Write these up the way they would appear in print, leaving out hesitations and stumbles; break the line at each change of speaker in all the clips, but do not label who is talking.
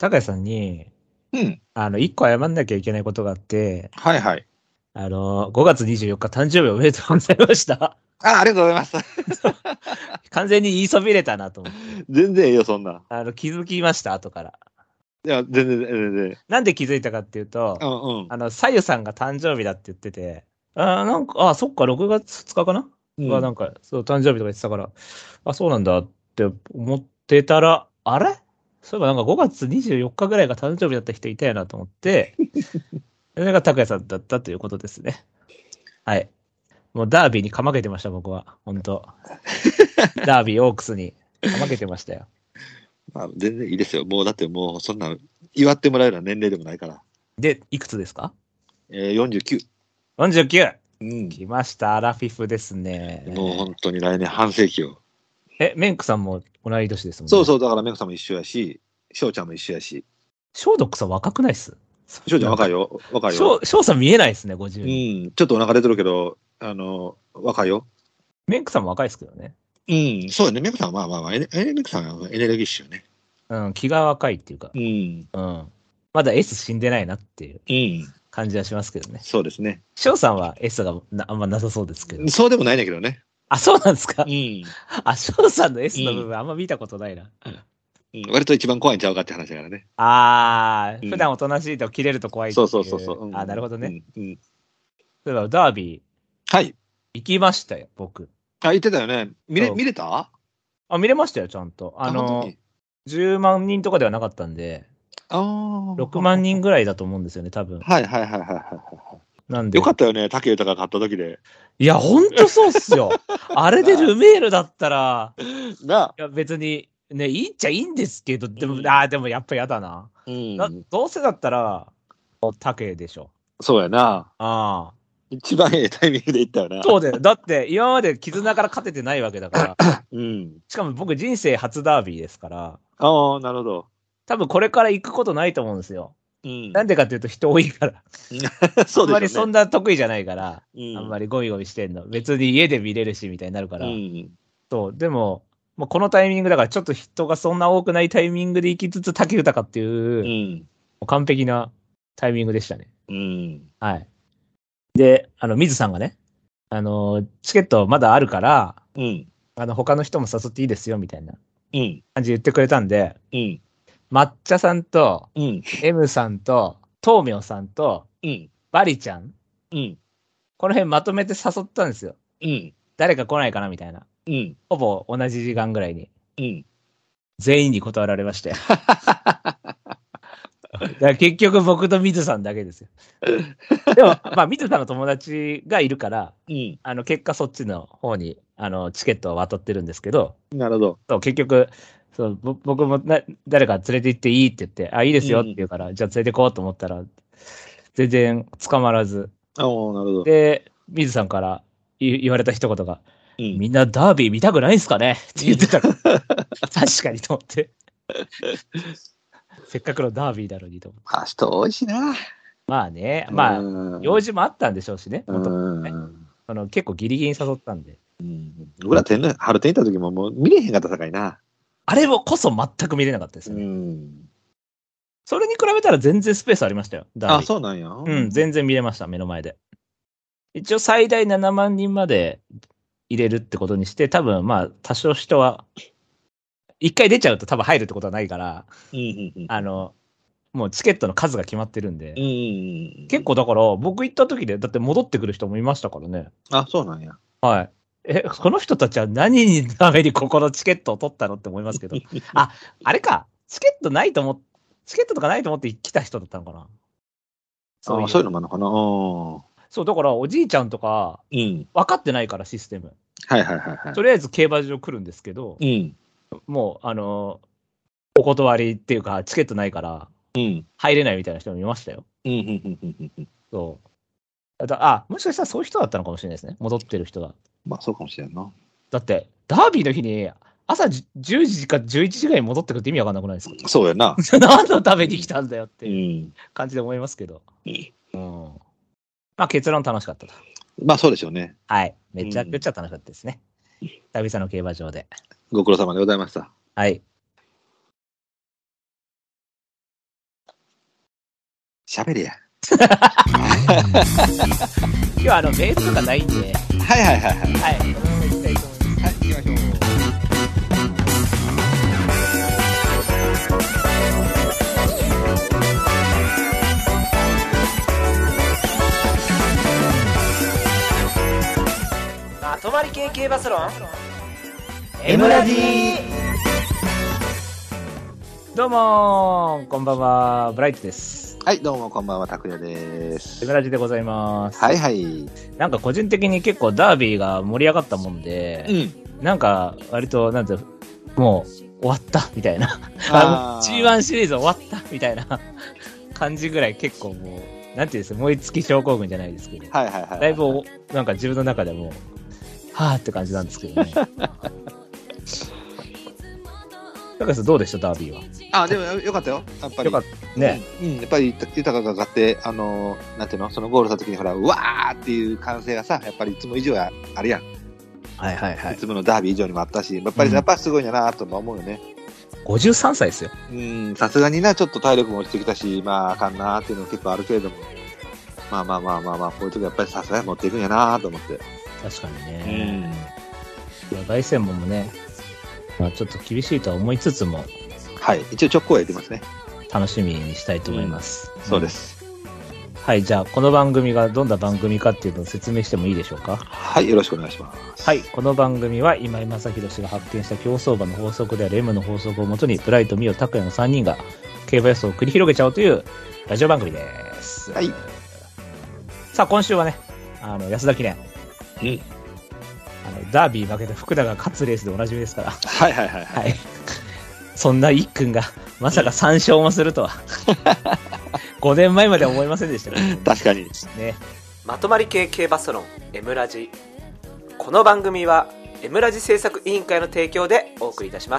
高谷さんに、
うん。
一個謝んなきゃいけないことがあって、
はいはい。
5月24日誕生日おめでとうございました。
ありがとうございます。
完全に言いそびれたなと思って。
全然ええよ、そんな。
気づきました、後から。
いや、全然。
なんで気づいたかっていうと、
うんうん。
さゆさんが誕生日だって言ってて、そっか、6月2日かなが、
うん。
そう、誕生日とか言ってたから、そうなんだって思ってたら、あれそういえば5月24日ぐらいが誕生日だった人いたよなと思って、それが拓也さんだったということですね。はい。もうダービーにかまけてました、僕は。本当ダービー、オークスにかまけてましたよ。
まあ、全然いいですよ。もう、だってもう、そんな、祝ってもらえるような年齢でもないから。
で、いくつですか？
49。
49。
うん。
来ました、アラフィフです
もう本
ね。
当に来年半世紀を。
メンクさんも同い年ですもんね。
そうそう、だからメグさんも一緒やし、翔ちゃんも一緒やし。
ショードックさん若くないっす？
翔ちゃん
なんか、
若いよ。若いよ。
ショーさん見えないですね、
う
50に。
ん。ちょっとお腹出てるけど、若いよ。
メンクさんも若いですけどね。
うん。そうやね。メグさんはメグさんはエネルギッシュよね。
うん、気が若いっていうか、
うん。
うん。まだ S 死んでないなっていう
うん。
感じはしますけどね。
そうですね。
ショーさんは S があんまなさそうですけど。
そうでもないねんだけどね。
そうなんですか？
うん。
ショーさんの S の部
うん。
分あんま見たことないな。
割と一番怖いんちゃうかって話だからね。
普段おとなしいと切れると怖いっ
そうそう
ていう。
そうそう。
なるほどね。
うん。
そういえばダービー
はい。
行きましたよ、僕。
言ってたよね。
そう。
見れた？
見れましたよ、ちゃんと。
本当に。
10万人とかではなかったんで、
ああ。
6万人ぐらいだと思うんですよね、多分。
はい。よ
なんで、
かったよね。竹豊が買った時で。
いや、ほんとそうっすよ。あれでルメールだったら、
な。
いや、別に、ね、いいっちゃいいんですけど、でも、
うん。
でもやっぱやだな。
うん。
どうせだったら、竹でしょ。
そうやな。
ああ。
一番ええタイミングで行ったよな。
そうだよ。だって、今まで絆から勝ててないわけだから。
うん。
しかも僕人生初ダービーですから、
ああ、なるほど。
多分これから行くことないと思うんですよ。
うん。
なんでかっていうと人多いから。あんまりそん
そうでしょうね。
な得意じゃないから、
うん。
あんまりゴミゴミしてんの。別に家で見れるし、みたいになるか
う
ら。
ん。
そう。でも、もうこのタイミングだから、ちょっと人がそんな多くないタイミングで行きつつ、竹豊っていう、も
うん。
う完璧なタイミングでしたね。
うん。
はい。で、水さんがね、チケットまだあるから、
うん。
他の人も誘っていいですよ、みたいな
うん。
感じで言ってくれたんで、
うん。
抹茶さんと、
うん。
M さんと、豆苗さんと、
うん。
バリちゃん、
うん。
この辺まとめて誘ったんですよ。
うん。
誰か来ないかなみたいな。
うん。
ほぼ同じ時間ぐらいに。
うん。
全員に断られましたよ。だから結局僕と水さんだけですよ。でも、まあ、水さんの友達がいるから、
うん。
結果そっちの方に、チケットを渡ってるんですけど、
なるほど。
そう結局、僕も誰か連れて行っていいって言って、いいですよって
うん。
言うから、じゃあ連れて行こうと思ったら、全然捕まらず。
ああ、なるほど。
で、水さんから言われた一言が、
うん。
みんなダービー見たくないんすかねって言ってたから、確かにと思って。せっかくのダービーだろうにと思って。
人多いしな。
まあね、
う
まあ、用
ん。
事もあったんでしょうしね、
う
元々ね。
ん。
結構ギリギリに誘ったんで。
うん。僕ら春天行った時ももう見れへんかったさかいな。
あれもこそ全く見れなかったです
う
ね。
ん。
それに比べたら全然スペースありましたよ、ダービー。
そうなんや。
うん、全然見れました、目の前で。一応最大7万人まで入れるってことにして、多分まあ、多少人は、一回出ちゃうと多分入るってことはないから、
うん。
もうチケットの数が決まってるんで、
うん。
結構だから、僕行った時で、だって戻ってくる人もいましたからね。
そうなんや。
はい。この人たちは何のためにここのチケットを取ったのって思いますけど。あれか。チケットとかないと思って来た人だったのかな。そう
そういうのもあるのかな。
そう、だからおじいちゃんとか、
うん。
分かってないからシステム。
はい。
とりあえず競馬場来るんですけど、
うん。
もう、お断りっていうか、チケットないから、
うん。
入れないみたいな人もいましたよ。
うん。
そう。もしかしたらそういう人だったのかもしれないですね。戻ってる人が。
まあ、そうかもしれんな。
だって、ダービーの日に、朝10時か11時ぐらいに戻ってくるって意味わかんなくないですか？
そうやな。
何のために来たんだよって
う
いう
ん。
感じで思いますけど。うん。まあ結論楽しかったと。
まあ、そうでしょうね。
はい。めちゃくちゃ楽しかったですね。久々の競馬場で。
ご苦労様でございました。
はい。
喋れや。
今日はメールとかないんで、
はいはいはいはい。
はい、このまま行きたいと思います。
はい、行きましょう。
まとまり系系バスロン M ラジ。どうもこんばんは、ブライトです。
はい、どうもこんばんは、拓也です。
M ラジでございます。
はいはい。
なんか個人的に結構ダービーが盛り上がったもんで、なんか割となんてもう終わったみたいなG1 シリーズ終わったみたいな感じぐらい、結構もうなんていうんですか、燃え尽き症候群じゃないですけど、
はいはいはい、
だいぶなんか自分の中でもはぁって感じなんですけどね。高橋さんどうでした、ダービーは。
あ、でもよかったよ、やっぱり。
よかったね。
やっぱり豊が勝って、なんていうの、そのゴールした時にほら、うわーっていう歓声がさ、やっぱりいつも以上はあるやん。
はいはいはい。
いつものダービー以上にもあったし、やっぱりすごいんだなと思うよね。
53歳ですよ。
さすがにな、ちょっと体力も落ちてきたし、まああかんなーっていうの結構あるけれども、まあ、こういう時やっぱりさすがに持っていくんやなーと思って。
確かにね。凱旋門もね、まあちょっと厳しいとは思いつつも、
はい、一応直行やってますね。
楽しみにしたいと思います。
そうです。
はい、じゃあこの番組がどんな番組かっていうのを説明してもいいでしょうか。
はい、よろしくお願いします。
はい、この番組は今井正弘氏が発見した競走馬の法則である M の法則をもとに、ブライト、ミオ、拓也の3人が競馬予想を繰り広げちゃおうというラジオ番組です。
はい。
さあ今週はね、安田記念。ダービー負けた福田が勝つレースでおなじみですから。
はいはいはい、はい。
そんな一君がまさか3勝もするとは5年前までは思いませんでしたね。
確かに
ね。まとまり系系バスロン M ラジ。この番組は M ラジ制作委員会の提供でお送りいたします。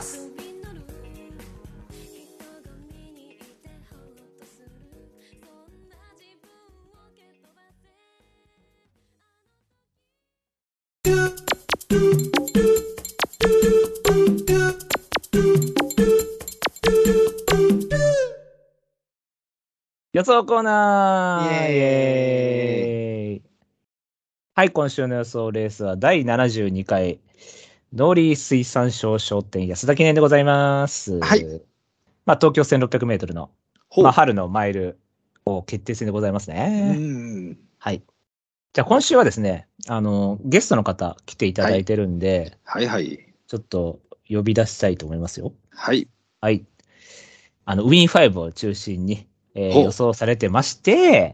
予想コーナー、イエーイ。はい、今週の予想レースは第72回農林水産省商店安田記念でございます。
はい。
まあ、東京1600メートルの、まあ、春のマイルを決定戦でございますね。はい。じゃあ今週はですね、ゲストの方来ていただいてるんで、
はいはい。
ちょっと呼び出したいと思いますよ。
はい。
はい。ウィン5を中心に、予想されてまして、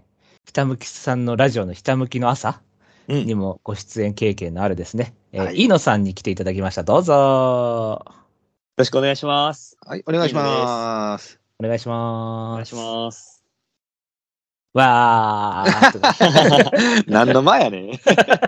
ひたむきさんのラジオのひたむきの朝にもご出演経験のあるですね、飯野さんに来ていただきました。どうぞ。
よろしくお願いします。
はい、お願いします。
お願いします。
お願いします。
わー。
何の前やね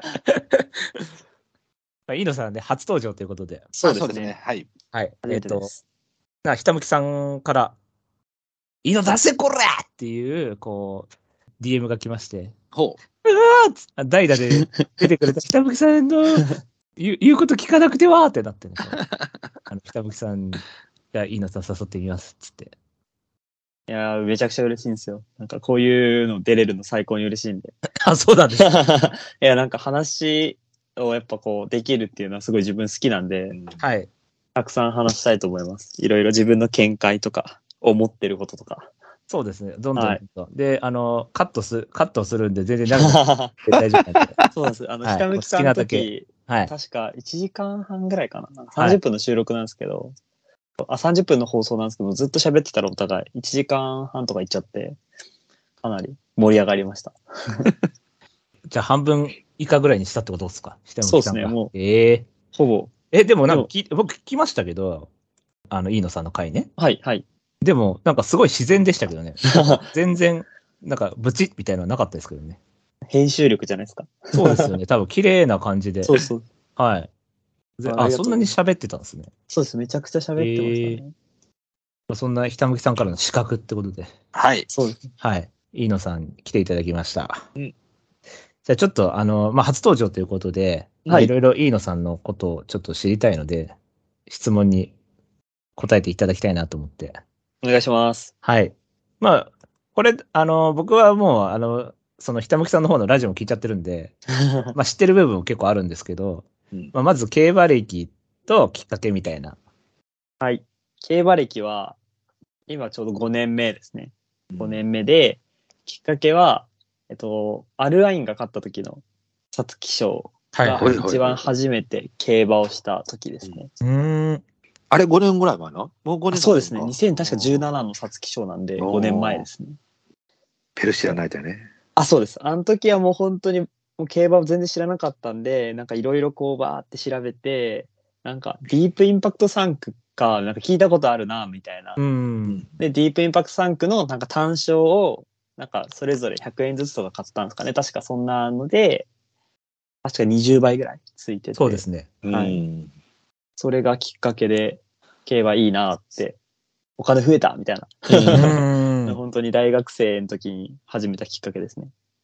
飯野さんね、初登場ということで。
そうですね。
はい。
はい。
ひたむきさんから、飯野出せこらっていう、こう、DM が来まして。代打で出てくれたひたむきさんの言うこと聞かなくてはってなってね。ひたむきさんが飯野さん誘ってみますっつって。
いやー、めちゃくちゃ嬉しいんですよ。なんかこういうの出れるの最高に嬉しいんで。
あ、そうなんですか。
いや、なんか話をやっぱこうできるっていうのはすごい自分好きなんで、
はい。
たくさん話したいと思います。いろいろ自分の見解とか、思ってることとか。
そうですね。どんどん。はい、で、カットするんで全然大丈夫なんで。
そうなんです。ひたむきさんの時、確か1時間半ぐらいかな。30分の収録なんですけど、30分の放送なんですけど、ずっと喋ってたらお互い1時間半とかいっちゃって、かなり盛り上がりました。
じゃあ半分以下ぐらいにしたってことですか？
そうですね、もう。ほぼ。
でもなんか僕聞きましたけど、飯野さんの回ね。
はい、はい。
でも、なんかすごい自然でしたけどね。全然、なんかブチッみたいなのはなかったですけどね。
編集力じゃないですか。
そうですよね。多分綺麗な感じで。
そうそう。
はい。そんなに喋ってたんですね。
そうです。めちゃくちゃ喋ってましたね。
そんなひたむきさんからの資格ってことで。
はい。
そうです。
はい。飯野さん来ていただきました。じゃあちょっと、まあ、初登場ということで、いろいろ飯野さんのことをちょっと知りたいので、質問に答えていただきたいなと思って。
お願いします。
はい。まあ、 これ、僕はもう、その、ひたむきさんの方のラジオも聞いちゃってるんで、まあ知ってる部分も結構あるんですけど、まあ、まず競馬歴ときっかけみたいな。
はい。競馬歴は、今ちょうど5年目ですね。5年目で、きっかけは、アルアインが勝った時の皐月賞が一番初めて競馬をした時ですね。
あれ5年ぐらい前な？もう5年。
そうですね。2017の皐月賞なんで5年前ですね。
ペルシアナイトやね。
あ、そうです。あの時はもう本当にもう競馬を全然知らなかったんで、なんかいろいろこうバーって調べて、なんかディープインパクト3区か、なんか聞いたことあるな、みたいな。で、ディープインパクト3区のなんか単勝を、なんかそれぞれ100円ずつとか買ったんですかね。確かそんなので、確か20倍ぐらいついてて。
そうですね。
はい。それがきっかけで、競馬いいなって、お金増えたみたいな。本当に大学生の時に始めたきっかけですね。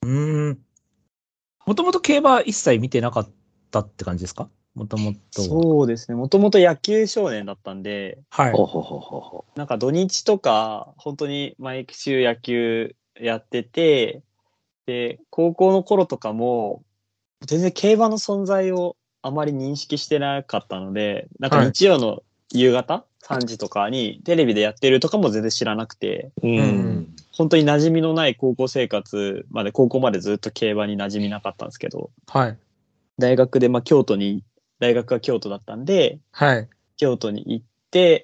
もともと競馬一切見てなかったって感じですか？もともと。
そうですね。もともと野球少年だったんで、
はい。
なんか土日とか、本当に毎週野球やってて、で、高校の頃とかも、全然競馬の存在をあまり認識してなかったので、なんか日曜の夕方、3時とかにテレビでやってるとかも全然知らなくて、本当に馴染みのない高校生活まで、高校までずっと競馬に馴染みなかったんですけど、
はい。
大学で、大学が京都だったんで、
はい。
京都に行って、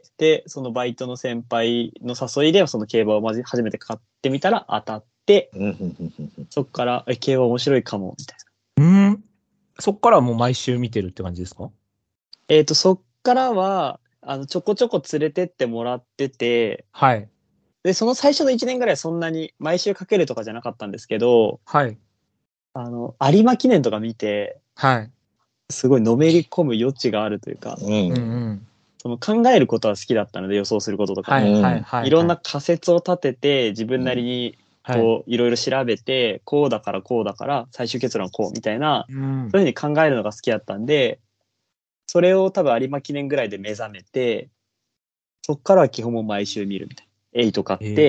で、そのバイトの先輩の誘いで、その競馬を初めて買ってみたら当たって、そっから、競馬面白いかも、みたいな。
そっからはもう毎週見てるって感じですか？
そっからは、ちょこちょこ連れてってもらってて、
はい。
で、その最初の1年ぐらいそんなに毎週かけるとかじゃなかったんですけど、
はい。
有馬記念とか見て、
はい。
すごいのめり込む余地があるというか、その考えることは好きだったので予想することとか、いろんな仮説を立てて自分なりにこういろいろ調べて、こうだからこうだから最終結論はこうみたいな、そういうふうに考えるのが好きだったんで、それを多分有馬記念ぐらいで目覚めて、そっからは基本も毎週見るみたいな。8買って、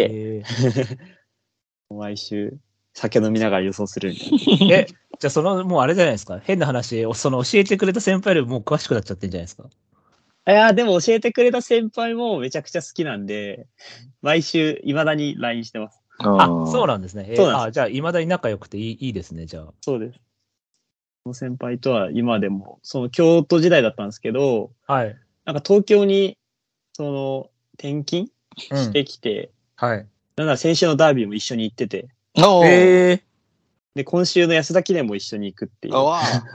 毎週酒飲みながら予想するみたいな。
じゃあもうあれじゃないですか。変な話、教えてくれた先輩よりもう詳しくなっちゃってんじゃないですか。
いや、でも教えてくれた先輩もめちゃくちゃ好きなんで、毎週未だに LINE してます。
そうなんですね。
そうなんです。
じゃあ未だに仲良くていいですね、じゃあ。
そうです。その先輩とは今でも、その京都時代だったんですけど、
はい。
なんか東京に、転勤してきて、
はい。
なんなら先週のダービーも一緒に行ってて、で、今週の安田記念も一緒に行くっていう。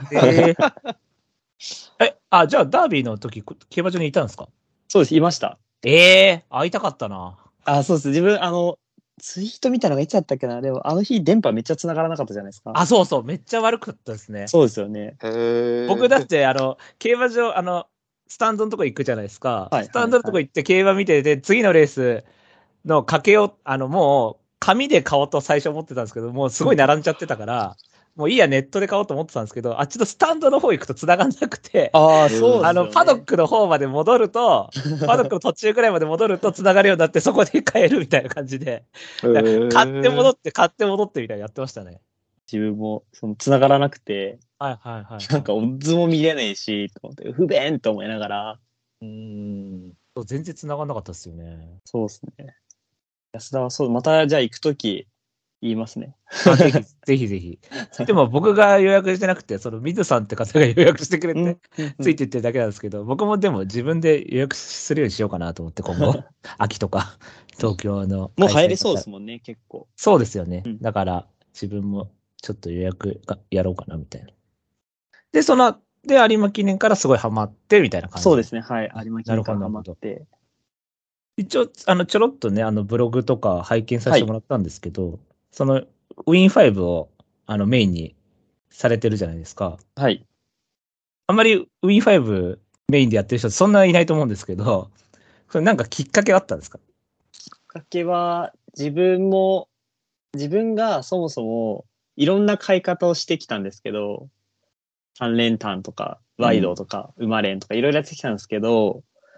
じゃあダービーの時、競馬場にいたんですか？
そうです、いました。
会いたかったな。
そうです。自分、ツイート見たのがいつだったっけな。でも、あの日電波めっちゃ繋がらなかったじゃないですか。
そうそう。めっちゃ悪かったですね。
そうですよね。
僕だって、競馬場、スタンドのとこ行くじゃないですか。スタンドのとこ行って競馬見てて、次のレースの賭けを、もう、紙で買おうと最初思ってたんですけど、もうすごい並んじゃってたから、もういいや、ネットで買おうと思ってたんですけど、あっちのスタンドの方行くと繋がんなくて、
そうですよね。
パドックの方まで戻ると、パドックの途中くらいまで戻ると繋がるようになって、そこで買えるみたいな感じで、買って戻ってみたいなやってましたね。
自分も、繋がらなくて、なんか、オッズも見れないし、と思って、不便と思いながら。
全然繋がんなかったですよね。
そうですね。安田はまたじゃあ行くとき、言いますね。
ぜひぜひ。でも僕が予約してなくて、水さんって方が予約してくれて、ついてってるだけなんですけど、僕もでも自分で予約するようにしようかなと思って、今後、秋とか、東京の。
もう入れそうですもんね、結構。
そうですよね。だから、自分もちょっと予約やろうかな、みたいな。で、有馬記念からすごいハマって、みたいな感じ。
そうですね、はい。有馬記念からハマって。
一応、ちょろっとね、ブログとか拝見させてもらったんですけど、ウィン5を、メインにされてるじゃないですか。
はい。
あんまりウィン5メインでやってる人そんないないと思うんですけど、それなんかきっかけあったんですか？
きっかけは、自分がそもそもいろんな買い方をしてきたんですけど、3連単とか、ワイドとか、馬連とかいろいろやってきたんですけど、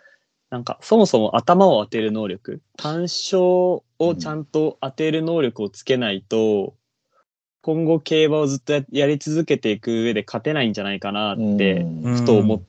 なんか、そもそも頭を当てる能力、単勝をちゃんと当てる能力をつけないと、今後競馬をずっとやり続けていく上で勝てないんじゃないかなって、ふと思って、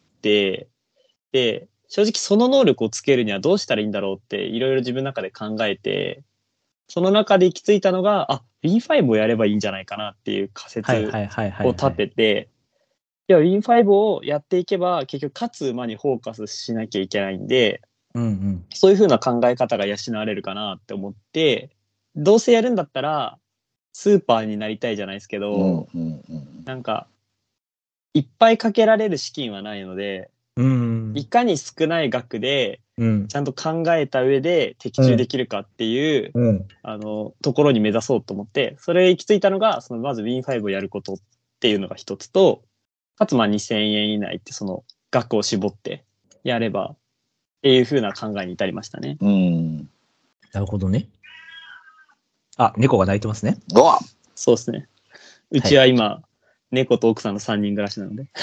で、正直その能力をつけるにはどうしたらいいんだろうっていろいろ自分の中で考えて、その中で行き着いたのが、Win5 をやればいいんじゃないかなっていう仮説を立てて、いや、Win5 をやっていけば結局勝つ馬にフォーカスしなきゃいけないんで、そういう風な考え方が養われるかなって思って、どうせやるんだったら、スーパーになりたいじゃないですけど、なんか、いっぱいかけられる資金はないので、いかに少ない額で、ちゃんと考えた上で的中できるかっていう、ところに目指そうと思って、それ行き着いたのが、まず Win5 をやることっていうのが一つと、かつ2000円以内ってその額を絞ってやれば、っていう風な考えに至りましたね。
なるほどね。あ、猫が鳴いてますね。
そうですね。うちは今、猫と奥さんの3人暮らしなので。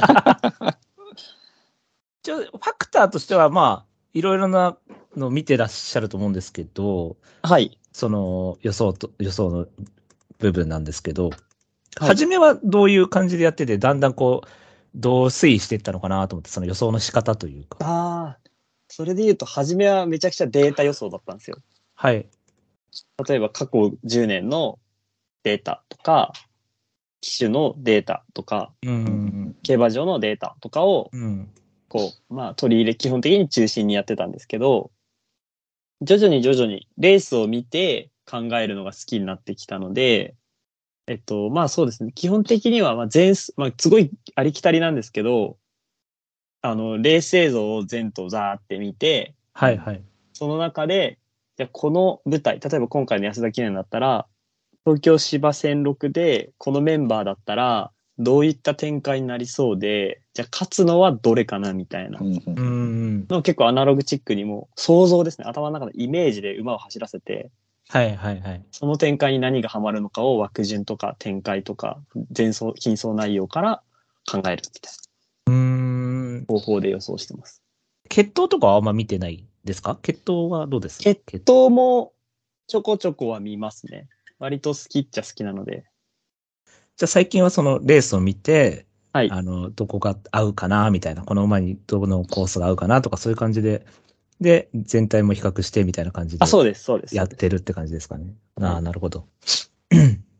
ファクターとしては、まあ、いろいろなのを見てらっしゃると思うんですけど、
はい。
その予想の部分なんですけど、初めはどういう感じでやってて、だんだんこう、どう推移していったのかなと思って、その予想の仕方というか。
それで言うと、初めはめちゃくちゃデータ予想だったんですよ。
はい。
例えば過去10年のデータとか、機種のデータとか、競馬場のデータとかを、こう、まあ取り入れ、基本的に中心にやってたんですけど、徐々にレースを見て考えるのが好きになってきたので、まあそうですね。基本的には、すごいありきたりなんですけど、レース映像を全とザーって見て、その中で、じゃあこの舞台、例えば今回の安田記念だったら、東京芝1006で、このメンバーだったら、どういった展開になりそうで、じゃあ勝つのはどれかなみたいな。の結構アナログチックにも、想像ですね。頭の中のイメージで馬を走らせて、その展開に何がハマるのかを枠順とか展開とか、近走内容から考えるみたいな。方法で予想してます。
血統とかはあんま見てないですか？血統はどうですか？
血統もちょこちょこは見ますね。割と好きっちゃ好きなので。
じゃあ最近はそのレースを見て、
はい、
どこが合うかなみたいな、この馬にどのコースが合うかなとかそういう感じで、で、全体も比較してみたいな感じで。
そうです。
やってるって感じですかね。なるほど。い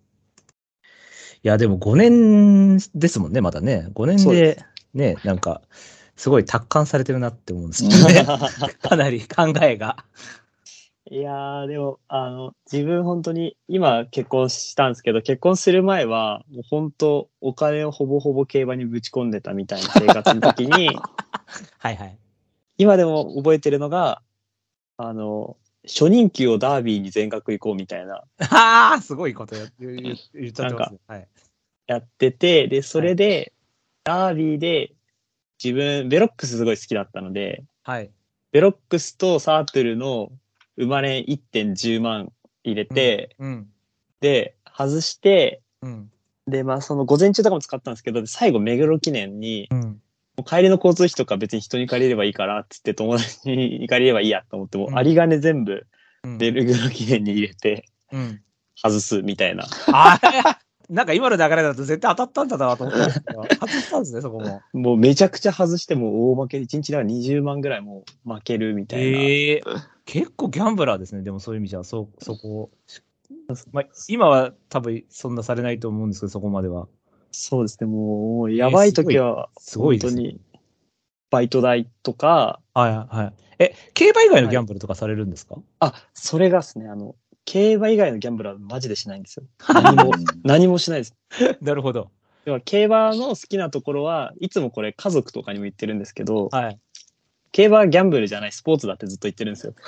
や、でも5年ですもんね、まだね。5年で、ね、なんか、すごい達観されてるなって思うんですけどね。かなり考えが。
いやー、でも、自分本当に、今結婚したんですけど、結婚する前は、もう本当、お金をほぼほぼ競馬にぶち込んでたみたいな生活の時に、今でも覚えてるのが、初任給をダービーに全額行こうみたいな。
すごいこと言っちゃってますね。
やってて、で、それで、ダービーで、自分、ベロックスすごい好きだったので、ベロックスとサートルの生まれ 1.10 万入れて、で、外して、で、その午前中とかも使ったんですけど、最後、目黒記念に、もう帰りの交通費とか別に人に借りればいいから、つって友達に借りればいいやと思って、もう有り金全部、目黒記念に入れて、外すみたいな。
なんか今の流れだと絶対当たったんだなと思ったんですけど、外したんですね、そこも。
もうめちゃくちゃ外しても大負けで、1日だから20万ぐらいもう負けるみたいな。
結構ギャンブラーですね、でもそういう意味じゃ、そこ。今は多分そんなされないと思うんですけど、そこまでは。
そうですね、もうやばい時は、本当に、バイト代とか。
競馬以外のギャンブルとかされるんですか？
それがですね、競馬以外のギャンブルはマジでしないんですよ。何もしないです。
なるほど。
では競馬の好きなところはいつもこれ家族とかにも言ってるんですけど、競馬はギャンブルじゃないスポーツだってずっと言ってるんですよ。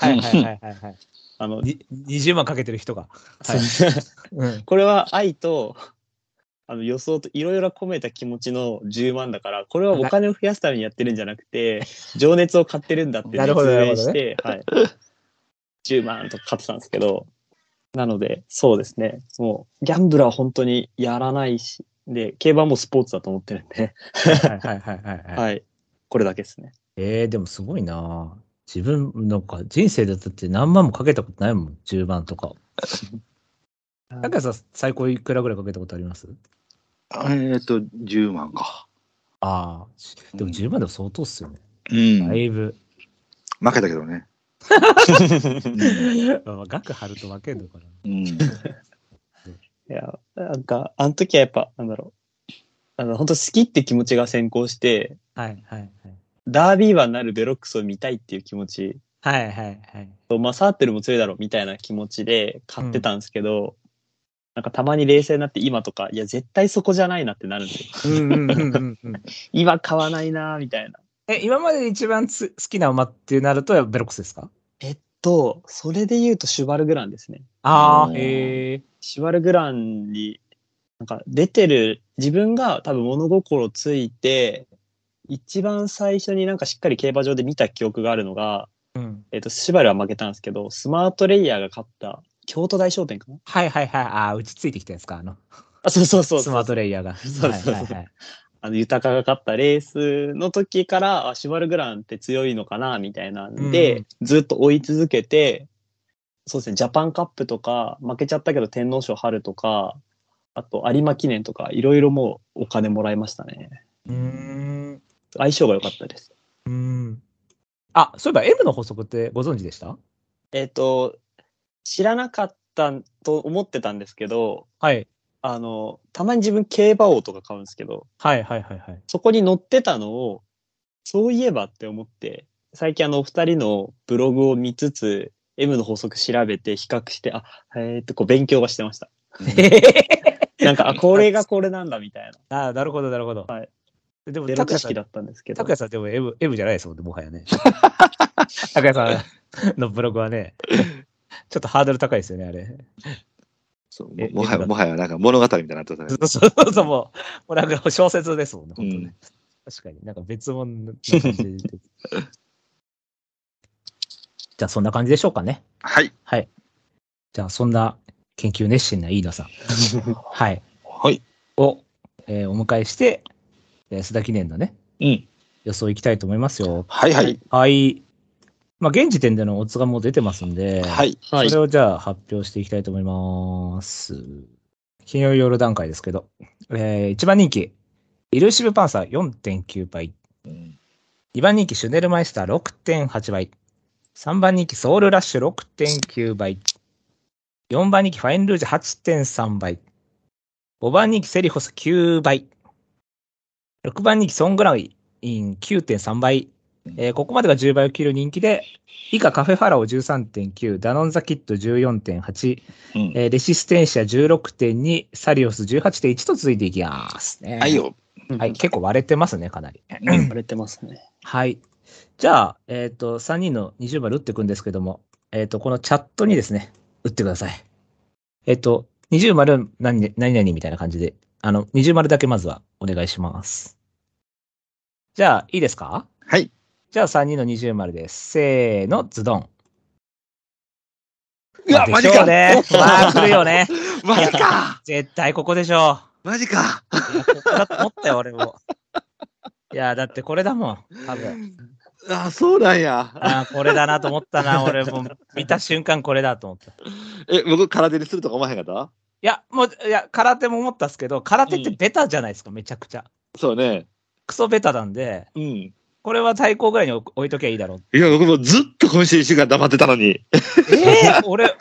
20万かけてる人が。
これは愛と予想といろいろ込めた気持ちの10万だから、これはお金を増やすためにやってるんじゃなくて、情熱を買ってるんだって熱弁して、10万とか買ってたんですけど、なので、そうですね。もう、ギャンブルは本当にやらないし、で、競馬もスポーツだと思ってるんで。これだけですね。
でもすごいな自分、なんか人生でだって何万もかけたことないもん、10万とか。高橋さん、最高いくらぐらいかけたことあります？
10万か。
ああ、でも10万でも相当っすよね。だいぶ。
負けたけどね。
額張ると負けんのかな。
いや、なんか、あの時はやっぱ、なんだろう。本当好きって気持ちが先行して、
はいはいはい。
ダービー馬になるベロックスを見たいっていう気持ち。
はいはいはい。
まあ、サーテルも強いだろうみたいな気持ちで買ってたんですけど、なんかたまに冷静になって今とか、いや、絶対そこじゃないなってなるんですよ。今買わないなみたいな。
今まで一番好きな馬ってなるとベロックスですか？
それで言うとシュバルグランですね。
へえ。
シュバルグランに、なんか出てる、自分が多分物心ついて、一番最初になんかしっかり競馬場で見た記憶があるのが、シュバルは負けたんですけど、スマートレイヤーが勝った京都大商店かな。
はいはいはい。打ちついてきたやつか、
そう。
スマートレイヤーが。
そう。豊が勝ったレースの時から、シュバルグランって強いのかな、みたいなんで、ずっと追い続けて、そうですね、ジャパンカップとか、負けちゃったけど天皇賞春とか、あと有馬記念とか、いろいろもうお金もらいましたね。相性が良かったです。
そういえば M の法則ってご存知でした？
知らなかったと思ってたんですけど、
はい。
たまに自分競馬王とか買うんですけど、
はい。
そこに載ってたのを、そういえばって思って、最近お二人のブログを見つつ、M の法則調べて比較して、こう勉強はしてました。なんか、これがこれなんだみたいな。
なるほど。
はい。
でも、
ゼロ知識だったんですけど。
拓也さんでも M じゃないですもんね、もはやね。拓也さんのブログはね、ちょっとハードル高いですよね、あれ。
そうもはやなんか物語みたいになってたね。
そう、もうなんか小説ですもんね、本当ね。確かになんか別物な感じで。じゃあそんな感じでしょうかね。
はい。
じゃあそんな研究熱心な飯田さん。はい。を、お迎えして、須田記念のね、予想いきたいと思いますよ。はい。まあ、現時点でのオッズがもう出てますんで、それをじゃあ発表していきたいと思います。金曜夜段階ですけど、1番人気、イルーシブパンサー 4.9 倍。2番人気、シュネルマイスター 6.8 倍。3番人気、ソウルラッシュ 6.9 倍。4番人気、ファインルージュ 8.3 倍。5番人気、セリホス9倍。6番人気、ソングライン 9.3 倍。ここまでが10倍を切る人気で、以下カフェファラオ 13.9、ダノンザキット 14.8、レシステンシア 16.2、サリオス 18.1 と続いていきますね。はい、結構割れてますね、かなり。
割れてますね。
はい。じゃあ、3人の20丸打っていくんですけども、このチャットにですね、打ってください。20丸何々みたいな感じで、20丸だけまずはお願いします。じゃあ、いいですか？
はい。
じゃあ3人の20丸です。せーの、ズドン。
うわ、マジか
ね。まあ、来るよね。
マジか
絶対ここでしょ
う。マジか。
いや、ここだと思ったよ、俺も。いや、だってこれだもん、多分。
そうなんや。
これだなと思ったな、俺も。見た瞬間これだと思った。
僕、空手にするとか思わへんかった？
いや、空手も思ったっすけど、空手ってベタじゃないですか、めちゃくちゃ。
そうね。
クソベタなんで、これは対抗ぐらいに置いときゃいいだろう。
いや、僕もずっと今週1週間黙ってたのに。
俺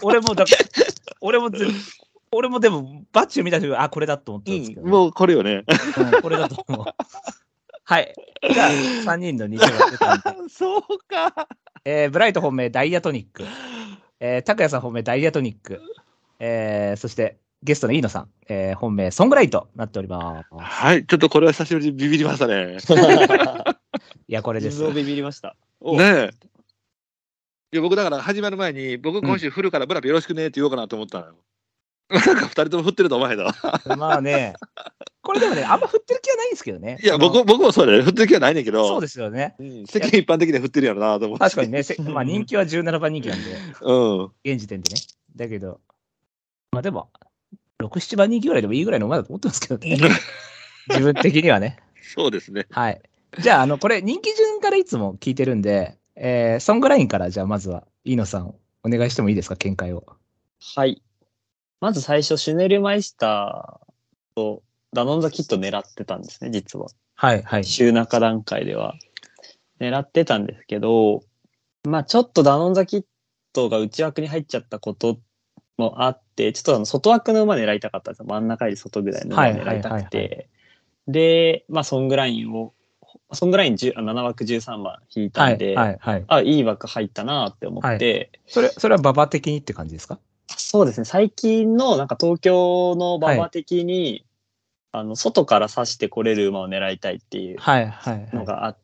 もでも、バッチを見た瞬間、これだと思ったんですけど、
もうこれよね。
これだと思う。はい。じゃあ、3人の20が出たんで。
そうか。
ブライト本命ダイヤトニック。拓也さん本命ダイヤトニック。そして、ゲストの飯野さん、本命ソングライトなっております。
はい。ちょっとこれは久しぶりにビビりましたね。
いや、これです。
自分をビビりました。
ねえ。いや、僕だから始まる前に、僕今週振るからブラピよろしくねって言おうかなと思ったのよ。なんか2人とも振ってると思えだ。
まあね。これでもね、あんま振ってる気はないんですけどね。
いや、僕もそうだよ。振ってる気はないねんけど。
そうですよね。
世間一般的には振ってるやろなと思って。
確かにね、まあ人気は17番人気なんで。現時点でね。だけど、まあでも、6、7番人気ぐらいでもいいぐらいの馬だと思ってますけどね。自分的にはね。
そうですね。
はい。じゃあ、これ人気順からいつも聞いてるんで、 ソングラインからじゃあまずは、飯野さん、お願いしてもいいですか、見解を。
はい。まず最初、シュネルマイスターとダノンザキット狙ってたんですね、実は。
はいはい。
週中段階では。狙ってたんですけど、まあちょっとダノンザキットが内枠に入っちゃったこともあって、ちょっと外枠の馬狙いたかったんですよ。真ん中より外ぐらいの馬狙いたくて。で、まあソングライン7枠13番引いたんで、いい枠入ったなって思って、
それは馬場的にって感じですか？
そうですね。最近のなんか東京の馬場的に、外から刺してこれる馬を狙いたいっていうのがあって、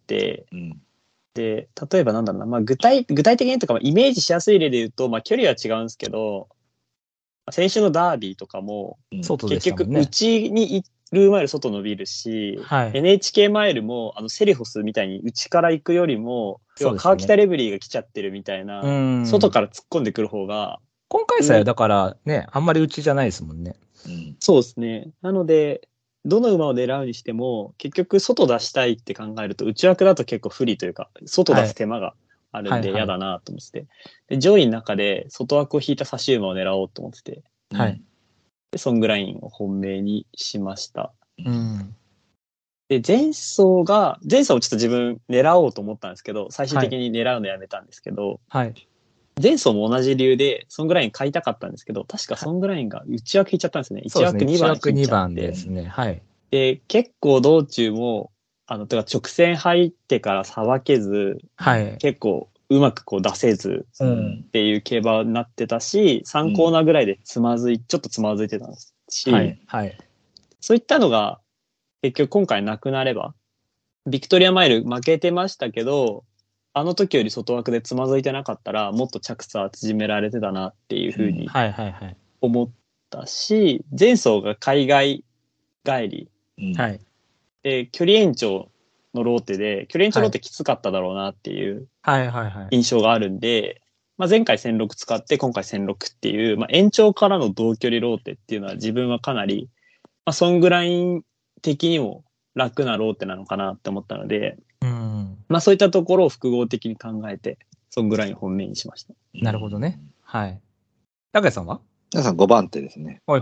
で、例えばなんだろうな、まあ具体的にとか、イメージしやすい例で言うと、まあ距離は違うんですけど、先週のダービーとかも、結局内にいる馬より外伸びるし、NHK マイルもセリフォスみたいに内から行くよりも、川北レブリーが来ちゃってるみたいな、外から突っ込んでくる方が、
今回さえだからね、あんまり内じゃないですもんね。
そうですね。なので、どの馬を狙うにしても、結局外出したいって考えると、内枠だと結構不利というか、外出す手間があるんで嫌だなと思ってて、で、上位の中で外枠を引いた差し馬を狙おうと思ってて、で、ソングラインを本命にしました。で、前走をちょっと自分狙おうと思ったんですけど、最終的に狙うのやめたんですけど、前走も同じ理由で、ソングライン買いたかったんですけど、確かソングラインが内枠引いちゃったんですね。1枠2番引いちゃって。
1枠2番ですね。
で、結構道中も、直線入ってからさばけず、結構うまくこう出せずっていう競馬になってたし、3コーナーぐらいでちょっとつまずいてたんですし、そういったのが結局今回なくなれば、ビクトリアマイル負けてましたけど、あの時より外枠でつまずいてなかったら、もっと着差縮められてたなっていうふうに思ったし、前走が海外帰り、で、距離延長のローテで、距離延長ローテきつかっただろうなっていう印象があるんで、まあ、前回1006使って今回1006っていう、まあ、延長からの同距離ローテっていうのは自分はかなり、まあ、ソングライン的にも楽なローテなのかなって思ったので、まあそういったところを複合的に考えて、ソングライン本命にしました。
なるほどね。高谷さんは？
高谷さん5番手ですね。
はい。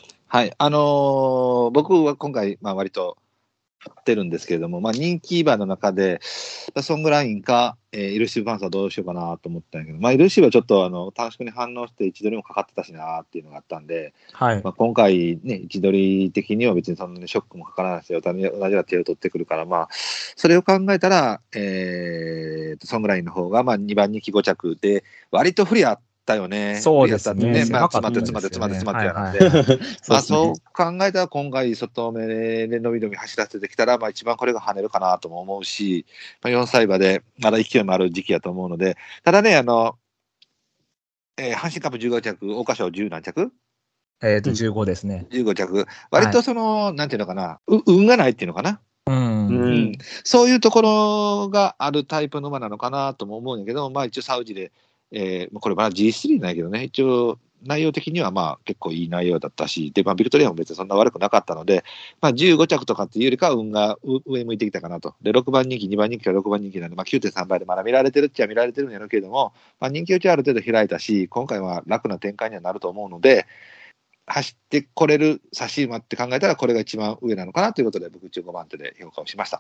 僕は今回、まあ割と振ってるんですけれども、まあ人気馬の中で、ソングラインか、イルシブパンサーどうしようかなと思ったんやけど、まあイルシブはちょっと短縮に反応して位置取りもかかってたしなっていうのがあったんで、まあ今回ね、位置取り的には別にそんなにショックもかからないし、同じような手を取ってくるから、まあ、それを考えたら、ソングラインの方が、まあ2番人気5着で、割と不利あったよね。
そうですね。
まあ、詰まってやなんで。まあ、そう考えたら今回外目で伸び走らせてきたら、まあ一番これが跳ねるかなとも思うし、まあ4歳馬でまだ勢いもある時期やと思うので、ただね、阪神カップ15着、桜花賞10何着
15ですね。
15着。割となんていうのかな、運がないっていうのかな。そういうところがあるタイプの馬なのかなとも思うんだけど、まあ一応サウジで、これまだ G3 ないけどね、一応内容的にはまあ結構いい内容だったし、で、まあビクトリアも別にそんな悪くなかったので、まあ15着とかっていうよりかは運が上向いてきたかなと。で、6番人気、2番人気か6番人気なんで、まあ 9.3 倍でまだ見られてるっちゃ見られてるんやろうけれども、まあ人気落ちはある程度開いたし、今回は楽な展開にはなると思うので、走ってこれる差し馬って考えたらこれが一番上なのかなということで、僕15番手で評価をしました。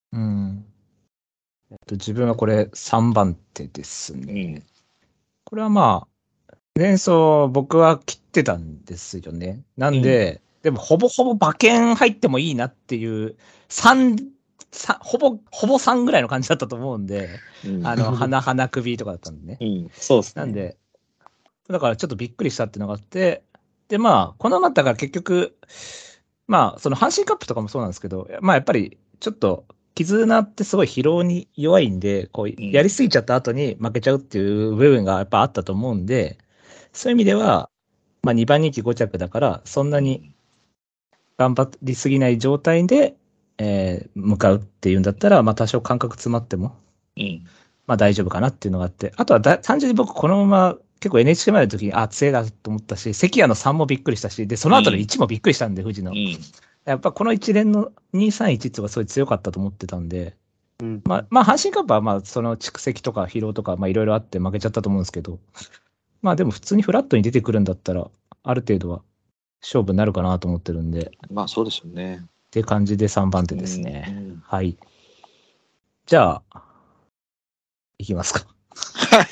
自分はこれ3番手ですね。これはまあ、前走僕は切ってたんですよね。なんで、でもほぼほぼ馬券入ってもいいなっていう、ほぼ3ぐらいの感じだったと思うんで、鼻首とかだったんでね。
そうですね。
なんで、だからちょっとびっくりしたっていうのがあって、でまあ、この馬だから結局、まあ、その阪神カップとかもそうなんですけど、まあやっぱりちょっと、絆ってすごい疲労に弱いんで、こう、やりすぎちゃった後に負けちゃうっていう部分がやっぱあったと思うんで、そういう意味では、まあ2番人気5着だから、そんなに頑張りすぎない状態で、向かうっていうんだったら、まあ多少感覚詰まっても、まあ大丈夫かなっていうのがあって、あとは単純に僕このまま結構 NHK 前の時に、強いなと思ったし、関谷の3もびっくりしたし、で、その後の1もびっくりしたんで、富士の。やっぱこの一連の231っていうのがすごい強かったと思ってたんで、 まあ、阪神カップは、まあ、その蓄積とか疲労とか、まあ、いろいろあって負けちゃったと思うんですけど、まあ、でも普通にフラットに出てくるんだったら、ある程度は勝負になるかなと思ってるんで。
まあ、そうですよね。
って感じで3番手ですね。はい。じゃあ、いきますか。
はい。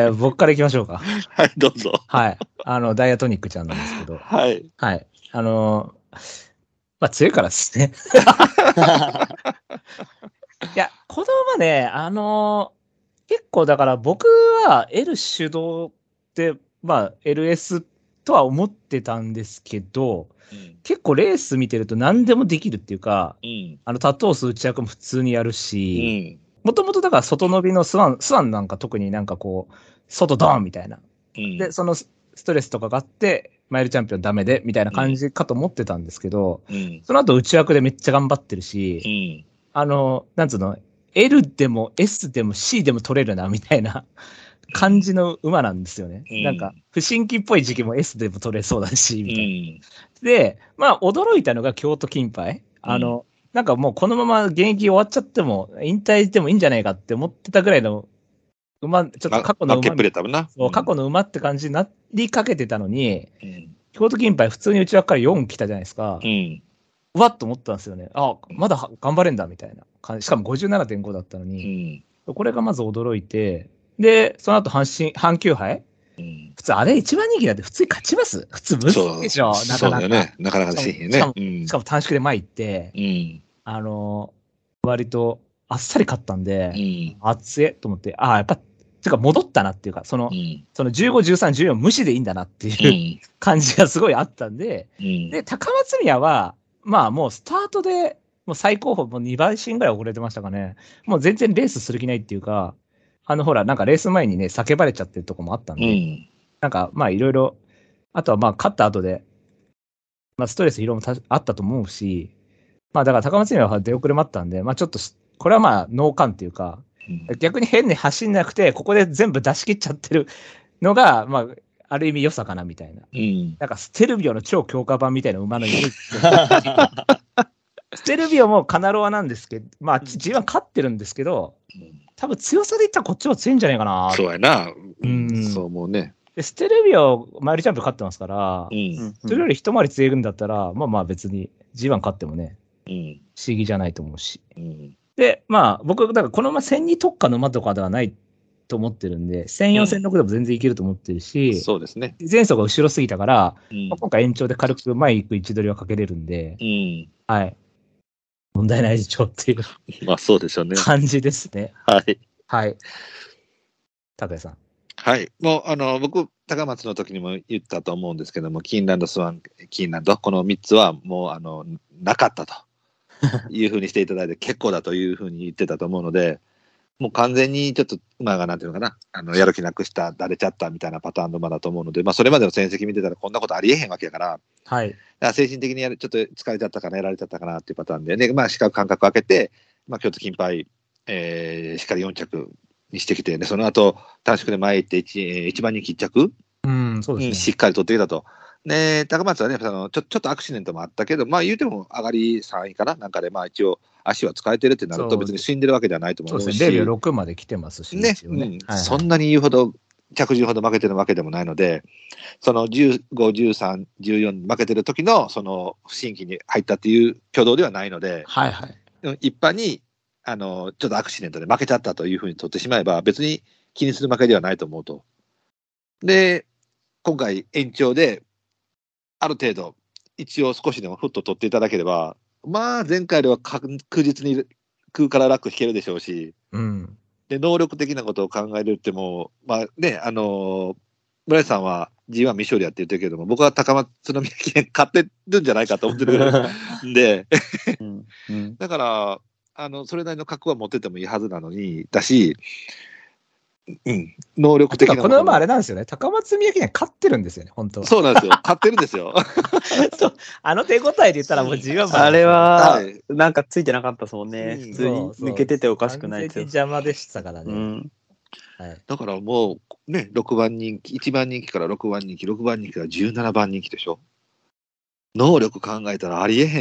僕からいきましょうか。
はい、どうぞ。
はい。ダイアトニックちゃんなんですけど。
はい。
はい。まあ、強いからですね。いや、この馬ね、結構だから僕は L 主導って、まあ LS とは思ってたんですけど、結構レース見てると何でもできるっていうか、タトース内役も普通にやるし、もともとだから外伸びのスワンなんか特になんかこう、外ドーンみたいな。で、そのストレスとかがあって、マイルチャンピオンダメで、みたいな感じかと思ってたんですけど、その後内枠でめっちゃ頑張ってるし、なんつうの、L でも S でも C でも取れるな、みたいな感じの馬なんですよね。なんか、不審期っぽい時期も S でも取れそうだし、みたいな。で、まあ、驚いたのが京都金杯。なんかもうこのまま現役終わっちゃっても、引退してもいいんじゃないかって思ってたぐらいの馬、ちょっと過去の馬、過去の馬って感じになりかけてたのに、京都金杯普通に内枠から4来たじゃないですか。うわっと思ったんですよね。あ、まだ頑張れんだみたいな感じ。しかも 57.5 だったのに、これがまず驚いて、で、その後阪急杯、普通あれ一番人気だって普通に勝ちます？普通無理でしょ、なかなか。そうだよね。
なかなかしへんね。
しかも短縮で前行って、割とあっさり勝ったんで、熱いと思って、やっぱ、てか戻ったなっていうか、その15、13、14無視でいいんだなっていう感じがすごいあったんで、で、高松宮は、まあもうスタートで、もう最高峰もう2倍進ぐらい遅れてましたかね。もう全然レースする気ないっていうか、ほら、なんかレース前にね、叫ばれちゃってるとこもあったんで、なんかまあいろいろ、あとはまあ勝った後で、まあストレス疲労もあったと思うし、まあだから高松宮は出遅れもあったんで、まあちょっと、これはまあ脳幹っていうか、逆に変に走んなくて、ここで全部出し切っちゃってるのが、まあ、ある意味良さかなみたいな。なんかステルビオの超強化版みたいな馬のイメージ。ステルビオもカナロアなんですけど、まあ G1 勝ってるんですけど、多分強さで言ったらこっちの方が強いんじゃないかな。
そうやな。そう思うね。
でステルビオ、マイルチャンピオン勝ってますから、それより一回り強いんだったら、まあまあ別に G1 勝ってもね、不思議じゃないと思うし。で、まあ僕、だからこの馬1000に特化の馬とかではないと思ってるんで、1004、1006でも全然いけると思ってるし、
そうですね。
前走が後ろすぎたから、まあ、今回延長で軽く前行く位置取りはかけれるんで、はい。問題ないでしょっていう。
まあそうでしょうね。
感じですね。
はい。
はい。高谷さん。
はい。もう、僕、高松の時にも言ったと思うんですけども、キーンランド、スワン、キーンランド、この3つはもう、なかったというふうにしていただいて結構だというふうに言ってたと思うので、もう完全にちょっと馬がなんていうのかな、やる気なくした、だれちゃったみたいなパターンの馬だと思うので、まあそれまでの戦績見てたらこんなことありえへんわけやから、
はい。
だから精神的にちょっと疲れちゃったかな、やられちゃったかなっていうパターンで、まあ視覚間隔を空けて、まあ京都金杯、しっかり4着にしてきて、その後短縮で前行って一番人気1着、
そうですね、
しっかり取ってきたと。で、高松はね、ちょっとアクシデントもあったけど、まあ言うても上がり3位かな、なんかで、まあ一応、足は使えてるってなると、別に死んでるわけではないと思うし、
そうですね、0秒6まで来てますし
ね、そんなに言うほど、着順ほど負けてるわけでもないので、その15、13、14負けてる時の、その不審期に入ったっていう挙動ではないので、一般にちょっとアクシデントで負けちゃったというふうに取ってしまえば、別に気にする負けではないと思うと。で、今回延長で、ある程度、一応少しでもフッと取っていただければ、まあ前回では確実に空からラック引けるでしょうし、で能力的なことを考えるっても、まあね、村井さんは G1 未勝利やって言ってるけども、僕は高松宮記念勝ってるんじゃないかと思ってるんで、だから、それなりの格は持っててもいいはずなのに、だし、能力的な
この馬あれなんですよね。高松宮記念勝ってるんですよね、本当は。
そうなんですよ。勝ってるんですよ。
そう。手応えで言ったらもうG1馬。
あれは、なんかついてなかったですもんね。普通に抜けてておかしくないですよ。
邪魔でしたからね。
だからもう、ね、6番人気、1番人気から6番人気、6番人気から17番人気でしょ。能力考えたらありえへん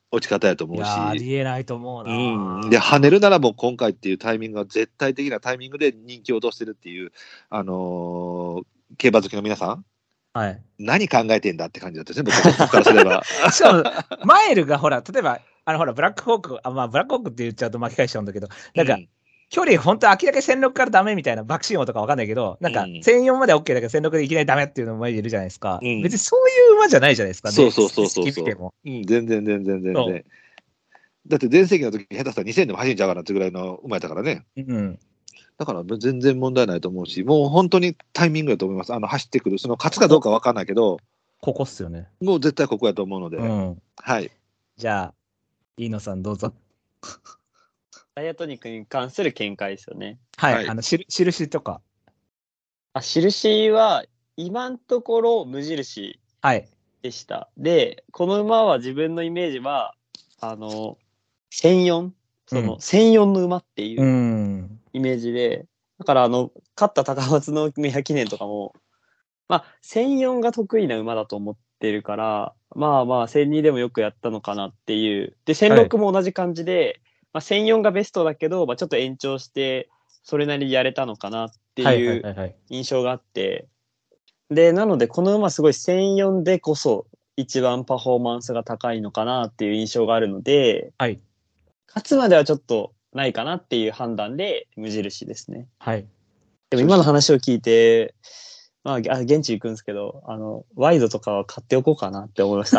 落ち方やと思うし。
ありえないと思うな。
で、跳ねるならもう今回っていうタイミングが絶対的なタイミングで人気を落としてるっていう、競馬好きの皆さん。
はい。
何考えてんだって感じだったですね、僕からすれば。
しかも、マイルがほら、例えば、ほら、ブラックホーク、ブラックホークって言っちゃうと巻き返しちゃうんだけど、なんか、距離本当明らかに1006からダメみたいな爆心王とかわかんないけど、なんか1004まで OK だけど1006でいきなりダメっていうのもいるじゃないですか。別にそういう馬じゃないじゃないですかね。
そう。全然。だって全盛期の時下手したら2000でも走んちゃうかなってぐらいの馬やったからね。だから全然問題ないと思うし、もう本当にタイミングだと思います。走ってくる、その勝つかどうかわかんないけど、
ここっすよね。
もう絶対ここやと思うので。はい。
じゃあ、飯野さんどうぞ。
ダイヤトニックに関する見解ですよね。
はい。印とか。
印は、今のところ無印でした。はい、で、この馬は自分のイメージは、1004、1004の馬っていうイメージで、だから勝った高松の宮記念とかも、1004が得意な馬だと思ってるから、1002でもよくやったのかなっていう。で、1006も同じ感じで、1004がベストだけど、ちょっと延長して、それなりにやれたのかなっていう印象があって、で、なので、この馬すごい1004でこそ、一番パフォーマンスが高いのかなっていう印象があるので、勝つまではちょっとないかなっていう判断で、無印ですね。でも今の話を聞いて、現地行くんですけど、ワイドとかは買っておこうかなって思いました。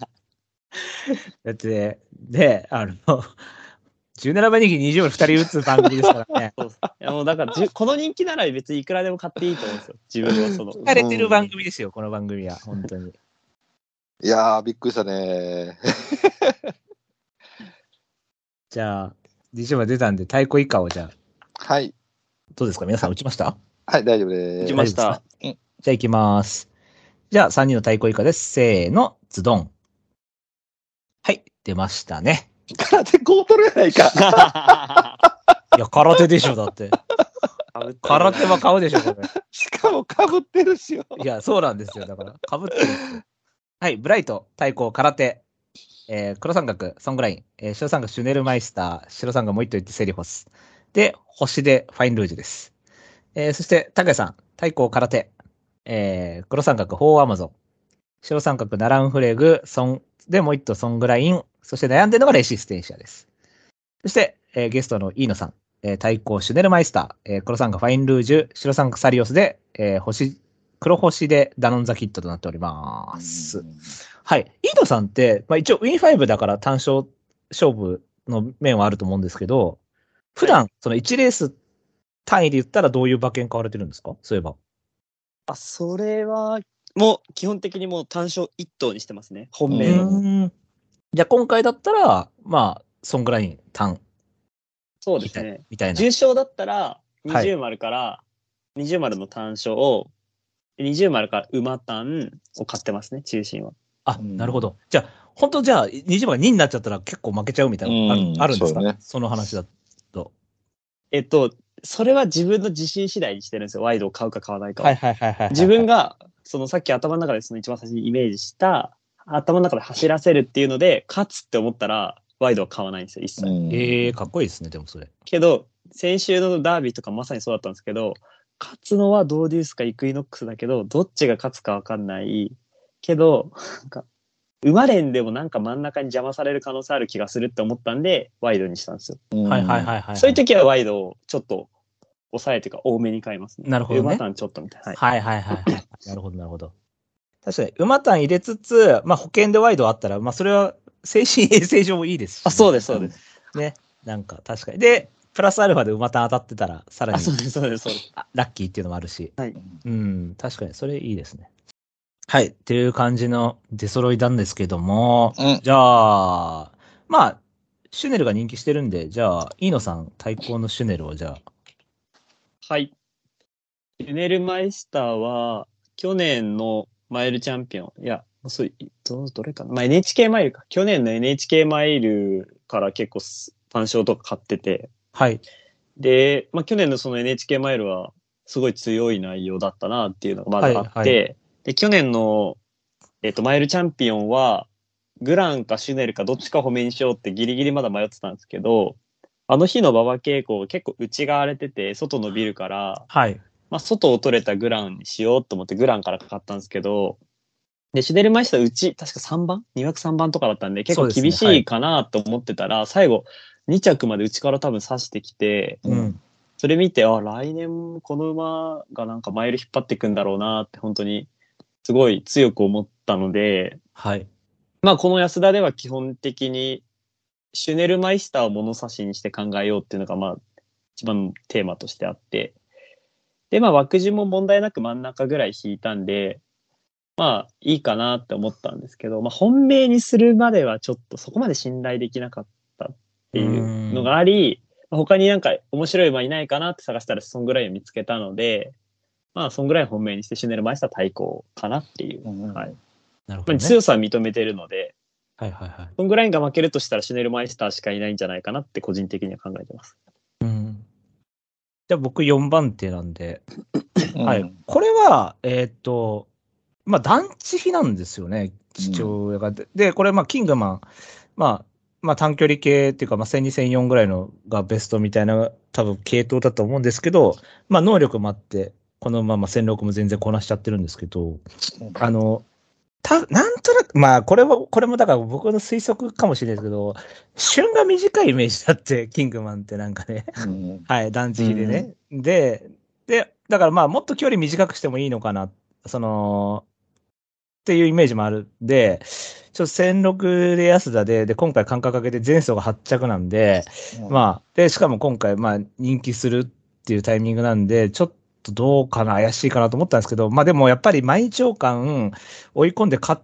だって、17番人気20番2人打つ番組ですからね。
いやもうだからこの人気なら別にいくらでも買っていいと思うんですよ。自分はその。
疲れてる番組ですよ、この番組は。本当に。
いやー、びっくりしたね。
じゃあ、20番出たんで、太鼓以下をじゃあ。
はい。
どうですか皆さん打ちました？
はい、大丈夫です。
打ちました。
じゃあ行きます。じゃあ3人の太鼓以下です。せーの、ズドン。はい、出ましたね。
空手こう取れないか。
いや、空手でしょ、だって。空手は買うでしょ、これ。
しかも被ってるしよ。
いや、そうなんですよ。だから、被ってるんですよ。はい、ブライト、太鼓、空手。黒三角、ソングライン。白三角、シュネルマイスター。白三角、もう一頭言ってセリフォス。で、星でファインルージュです。そして、高谷さん、太鼓、空手。黒三角、フォーアマゾン。白三角、ナランフレグ、ソン、で、もう一頭ソングライン。そして悩んでるのがレシステンシアです。そして、ゲストの飯野さん、太鼓シュネルマイスター、黒三角ファインルージュ、白三角サリオスで、黒星でダノンザキットとなっております。はい。飯野さんって、一応ウィン5だから単勝勝負の面はあると思うんですけど、普段、その1レース単位で言ったらどういう馬券買われてるんですか？そういえば。
それは、もう基本的にもう単勝1頭にしてますね。本命の。
じゃあ今回だったら、ソングライン単。
そうですね。
みたいな。
重賞だったら、20丸から、20丸の単勝を、20丸から馬単を買ってますね、中心は。
なるほど。じゃあ、本当じゃあ、20番が2になっちゃったら結構負けちゃうみたいなのあるんですか？その話だと。
それは自分の自信次第にしてるんですよ。ワイドを買うか買わないか
は。
自分が、さっき頭の中でその一番最初にイメージした、頭の中で走らせるっていうので、勝つって思ったら、ワイドは買わないんですよ、一切。
かっこいいですね、でもそれ。
けど、先週のダービーとかまさにそうだったんですけど、勝つのはドーデュースかイクイノックスだけど、どっちが勝つか分かんないけど、馬連でもなんか真ん中に邪魔される可能性ある気がするって思ったんで、ワイドにしたんですよ。そういう時はワイドをちょっと抑えてか多めに買いますね。
なるほどね。
馬単ちょっとみたいな。
なるほど。確かに、馬単入れつつ、保険でワイドあったら、それは精神衛生上もいいですし、ね。
そうです。
ね。なんか確かに。で、プラスアルファで馬単当たってたら、さらに。
そうです。
ラッキーっていうのもあるし。
はい。
確かに、それいいですね。はい。っていう感じの出揃いなんですけども、じゃあ、シュネルが人気してるんで、じゃあ、飯野さん、対抗のシュネルをじゃあ。
はい。シュネルマイスターは、去年のマイルチャンピオン、どれかな、NHK マイルか。去年の NHK マイルから結構単勝とか買ってて。
はい。
で、去年のその NHK マイルは、すごい強い内容だったなっていうのがまずあって、で、去年の、マイルチャンピオンは、 グランかシュネルかどっちか褒めにしようってギリギリまだ迷ってたんですけど、あの日の馬場傾向結構内が荒れてて、外伸びるから、
はい。
まあ、外を取れたグランにしようと思ってグランからかかったんですけど、で、シュネルマイスターうち、確か3番 ?2 枠3番とかだったんで、結構厳しいかなと思ってたら、最後、2着まで内から多分刺してきて、それ見て、来年この馬がなんかマイル引っ張っていくんだろうなって、本当に、すごい強く思ったので、
はい。
まあ、この安田では基本的に、シュネルマイスターを物差しにして考えようっていうのが、まあ、一番のテーマとしてあって、で、まあ、枠順も問題なく真ん中ぐらい引いたんで、まあ、いいかなって思ったんですけど、まあ、本命にするまではちょっとそこまで信頼できなかったっていうのがあり、他になんか面白い馬いないかなって探したらそんぐらいを見つけたので、まあ、そんぐらい本命にしてシュネルマイスター対抗かなっていう。はい。
なるほど、ね。
まあ、強さは認めてるので、
はいはいはい。
そんぐらいが負けるとしたらシュネルマイスターしかいないんじゃないかなって個人的には考えてます。
じゃあ僕4番手なんで、はい。これは、まあ、団地比なんですよね、父親が。で、これ、まあ、キングマン、まあ、短距離系っていうか、まあ、1002、1004ぐらいのがベストみたいな、多分系統だと思うんですけど、まあ、能力もあって、このまま1006も全然こなしちゃってるんですけど、なんとなく、まあ、これもだから僕の推測かもしれないですけど、旬が短いイメージだって、キングマンってなんかね、はい、団地比でね。で、だからまあ、もっと距離短くしてもいいのかな、っていうイメージもあるんで、ちょっと1006で安田で、今回間隔かけて前走が8着なんで、まあ、で、しかも今回、まあ、人気するっていうタイミングなんで、ちょっとどうかな、怪しいかなと思ったんですけど、まあでもやっぱり毎朝間追い込んで勝って、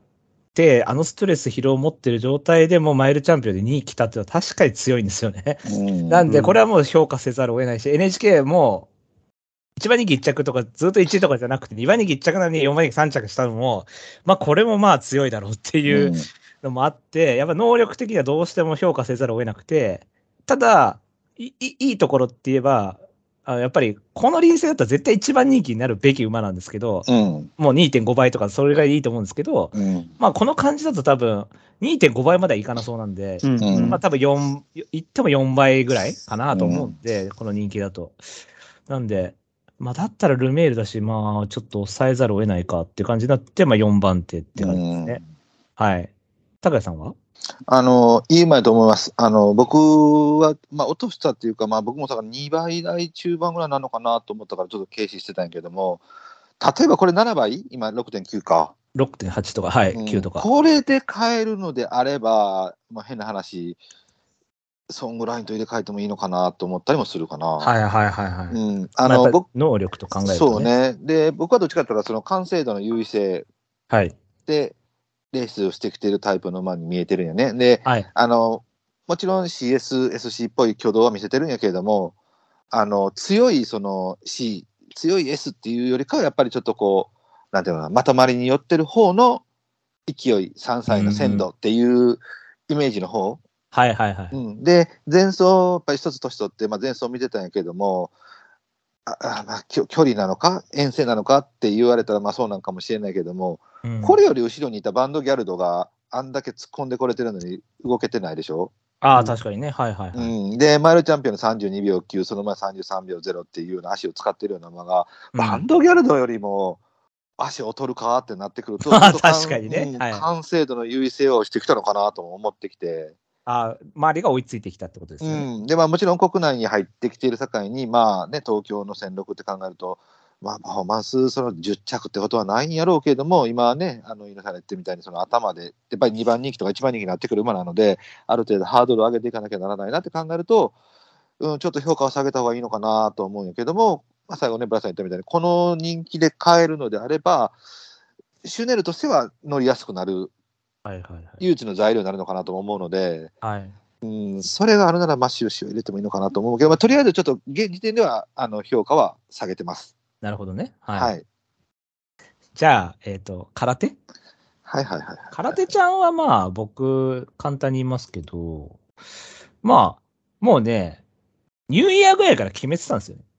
あのストレス疲労を持ってる状態でもマイルチャンピオンで2位来たっていうのは確かに強いんですよね。なんで、これはもう評価せざるを得ないし、NHK も、1番人気1着とか、ずっと1位とかじゃなくて、2番人気1着なのに4番人気3着したのも、まあこれもまあ強いだろうっていうのもあって、やっぱ能力的にはどうしても評価せざるを得なくて、ただ、いいところって言えば、やっぱりこの臨戦だったら絶対1番人気になるべき馬なんですけど、もう 2.5 倍とかそれぐらいでいいと思うんですけど、まあこの感じだと多分 2.5 倍まではいかなそうなんで、まあ多分いっても4倍ぐらいかなと思うんで、この人気だと。なんで、まあ、だったらルメールだし、まあ、ちょっと抑えざるを得ないかっていう感じになって、まあ、4番手って感じですね。はい。高谷さんはい
い馬だと思います。僕は、まあ、落としたっていうか、まあ、僕もだから2倍台中盤ぐらいなのかなと思ったから、ちょっと軽視してたんやけども、例えばこれ7倍今 6.9 か。
6.8 とか、はい、9とか。
これで買えるのであれば、まあ、変な話、ソングラインと入れ替えてもいいのかなと思ったりもするかな。
はいはいはいはい。僕、能力と考えると、ね。
そうね。で、僕はどっちかというと、その完成度の優位性で、レースをしてきているタイプの馬に見えてるんよね。で、もちろん CS、SC っぽい挙動は見せてるんやけれども、強いその C、強い S っていうよりかは、やっぱりちょっとこう、なんていうのかな、まとまりに寄ってる方の勢い、3歳の鮮度っていうイメージの方。
はいはいはい。
で、前走、やっぱり一つ年取って、まあ、前走見てたんやけども、まあ、距離なのか、遠征なのかって言われたら、まあそうなんかもしれないけども、これより後ろにいたバンドギャルドがあんだけ突っ込んでこれてるのに動けてないでしょ。
確かにね。はいはいはい。
で、マイルチャンピオンの32秒9、その前33秒0っていうような足を使ってるような馬が、バンドギャルドよりも足を取るかってなってくると、
確かにね。
完成度の優位性をしてきたのかなと思ってきて。
周りが追いついてきたってことですね。
で、まあもちろん国内に入ってきている境に、まあね、東京の1006って考えると、まあパフォーマンスその10着ってことはないんやろうけれども、今はね、猪さんが言ってるみたいにその頭で、やっぱり2番人気とか1番人気になってくる馬なので、ある程度ハードルを上げていかなきゃならないなって考えると、ちょっと評価を下げた方がいいのかなと思うんやけども、まあ、最後ね、ブラさん言ったみたいに、この人気で買えるのであれば、シュネルとしては乗りやすくなる、唯一の材料になるのかなと思うので、それがあるならマシューシを入れてもいいのかなと思うけど、まあ、とりあえずちょっと現時点では評価は下げてます。
なるほどね。はい。じゃあ、空手
はいはいはい。
空手ちゃんはまあ、僕、簡単に言いますけど、まあ、もうね、ニューイヤーぐらいから決めてたんですよね。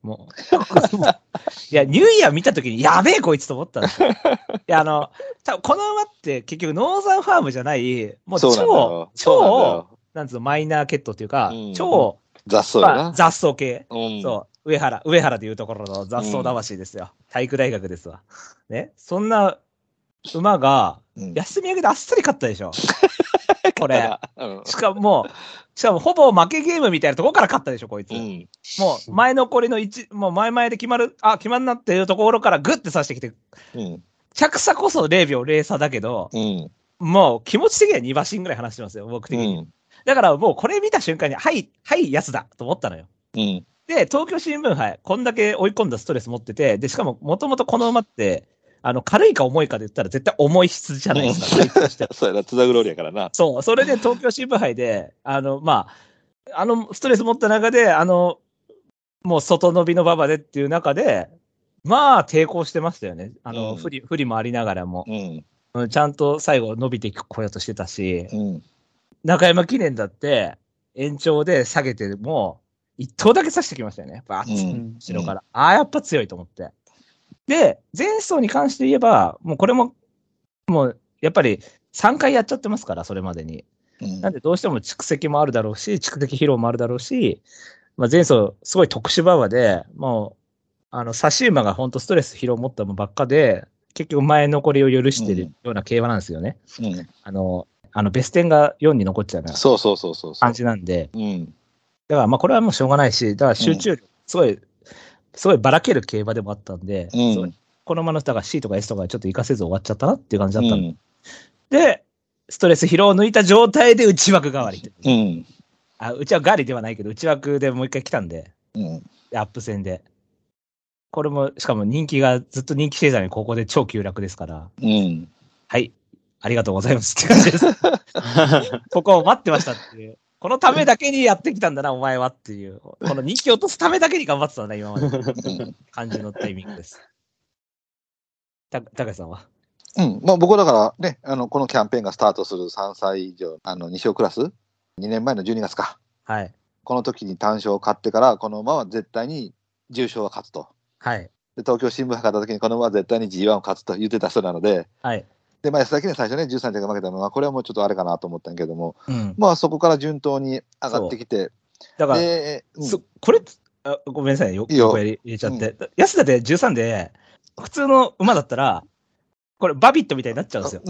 もう。いや、ニューイヤー見たときに、やべえこいつと思ったんですよ。いや、多分この馬って結局ノーザンファームじゃない、もう超、なんつうの、マイナーケットっていうか、超、
雑草やな。
雑草系。そう。上原でいうところの雑草魂ですよ。体育大学ですわ。ね。そんな馬が、休み明けであっさり勝ったでしょ。これ。しかもほぼ負けゲームみたいなところから勝ったでしょ、こいつ。もう、前残りのもう前で決まるなっていうところからグッて刺してきて、着差こそ0秒0差だけど、もう気持ち的には2馬身ぐらい離してますよ、僕的に。だからもうこれ見た瞬間に、はい、やつだと思ったのよ。で、東京新聞杯、こんだけ追い込んだストレス持ってて、で、しかももともとこの馬って、軽いか重いかで言ったら絶対重い質じゃないですか。
そうやな、津田グローリやからな。
そう、それで東京新聞杯で、ストレス持った中で、もう外伸びの馬場でっていう中で、まあ抵抗してましたよね。不利もありながらも。ちゃんと最後伸びてこようとしてたし、中山記念だって延長で下げても、一頭だけ刺してきましたよね。バーッと、後ろから。やっぱ強いと思って。で、前走に関して言えば、もうこれも、もう、やっぱり3回やっちゃってますから、それまでに。なんでどうしても蓄積もあるだろうし、蓄積疲労もあるだろうし、前走、すごい特殊馬場で、もう、差し馬が本当ストレス疲労を持った馬ばっかで、結局前残りを許してるような競馬なんですよね。ベステンが4に残っちゃうような感じなんで。だからこれはもうしょうがないし、だから集中力、すごいばらける競馬でもあったんで、この馬の人が C とか S とかちょっと活かせず終わっちゃったなっていう感じだったんで、ストレス疲労を抜いた状態で内枠代わり。内枠代わりではないけど、内枠でもう一回来たんで、アップ戦で。これも、しかもずっと人気シーザーにここで超急落ですから、はい、ありがとうございますって感じです。ここを待ってましたっていう。このためだけにやってきたんだな、お前はっていう。この人気を落とすためだけに頑張ってたんだ、今まで。感じのタイミングです。高橋さんは
僕だからね、このキャンペーンがスタートする3歳以上、2勝クラス、2年前の12月か。
はい。
この時に単勝を買ってから、この馬は絶対に重賞は勝つと。
はい。
で、東京新聞杯買った時に、この馬は絶対に G1 を勝つと言ってた人なので、
はい。
で、安田記念最初ね、13着負けたのは、これはもうちょっとあれかなと思ったんやけども、そこから順当に上がってきて、
だから、これ、ごめんなさい、横入れちゃって。安田で13で、普通の馬だったら、これバビットみたいになっちゃうんですよ。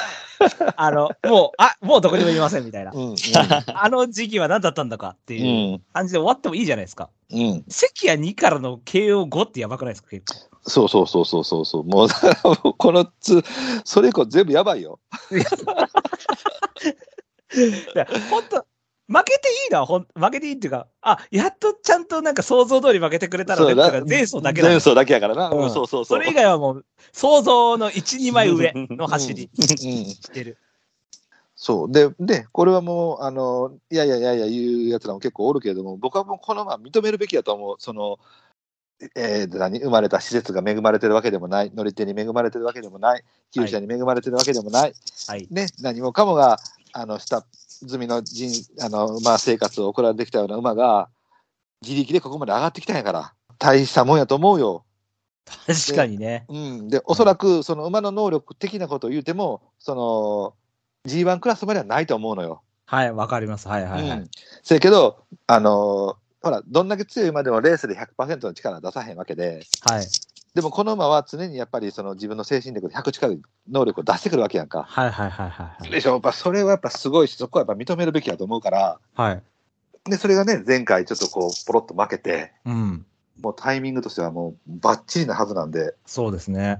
もうどこにもいませんみたいな。あの時期は何だったんだかっていう感じで終わってもいいじゃないですか。関谷2からの KO5 ってやばくないですか、結構。
そう。もう、このそれ以降全部やばいよ。
本当負けていいのは負けていいっていうか、やっとちゃんとなんか想像通り負けてくれたのねってから前走だけだ。
前走だけやからな。
それ以外はもう想像の1、2枚上の走りしてる。
そう。で、これはもう、いや言うやつらも結構おるけれども、僕はもうこの認めるべきだと思う。生まれた施設が恵まれてるわけでもない、乗り手に恵まれてるわけでもない、厩舎に恵まれてるわけでもない、何もかもが、下積みの生活を送られてきたような馬が、自力でここまで上がってきたんやから、大したもんやと思うよ。
確かにね。
で、おそらく、その馬の能力的なことを言うても、G1 クラスまではないと思うのよ。
はい、わかります。はい。
そやけど、ほら、どんだけ強い馬でもレースで 100% の力は出さへんわけで、
はい。
でもこの馬は常にやっぱり自分の精神力で100近い能力を出してくるわけやんか。
はい。
でしょ、それはやっぱすごいし、そこはやっぱ認めるべきだと思うから、
はい。
で、それがね、前回ちょっとポロッと負けて、もうタイミングとしてはもうバッチリなはずなんで。
そうですね。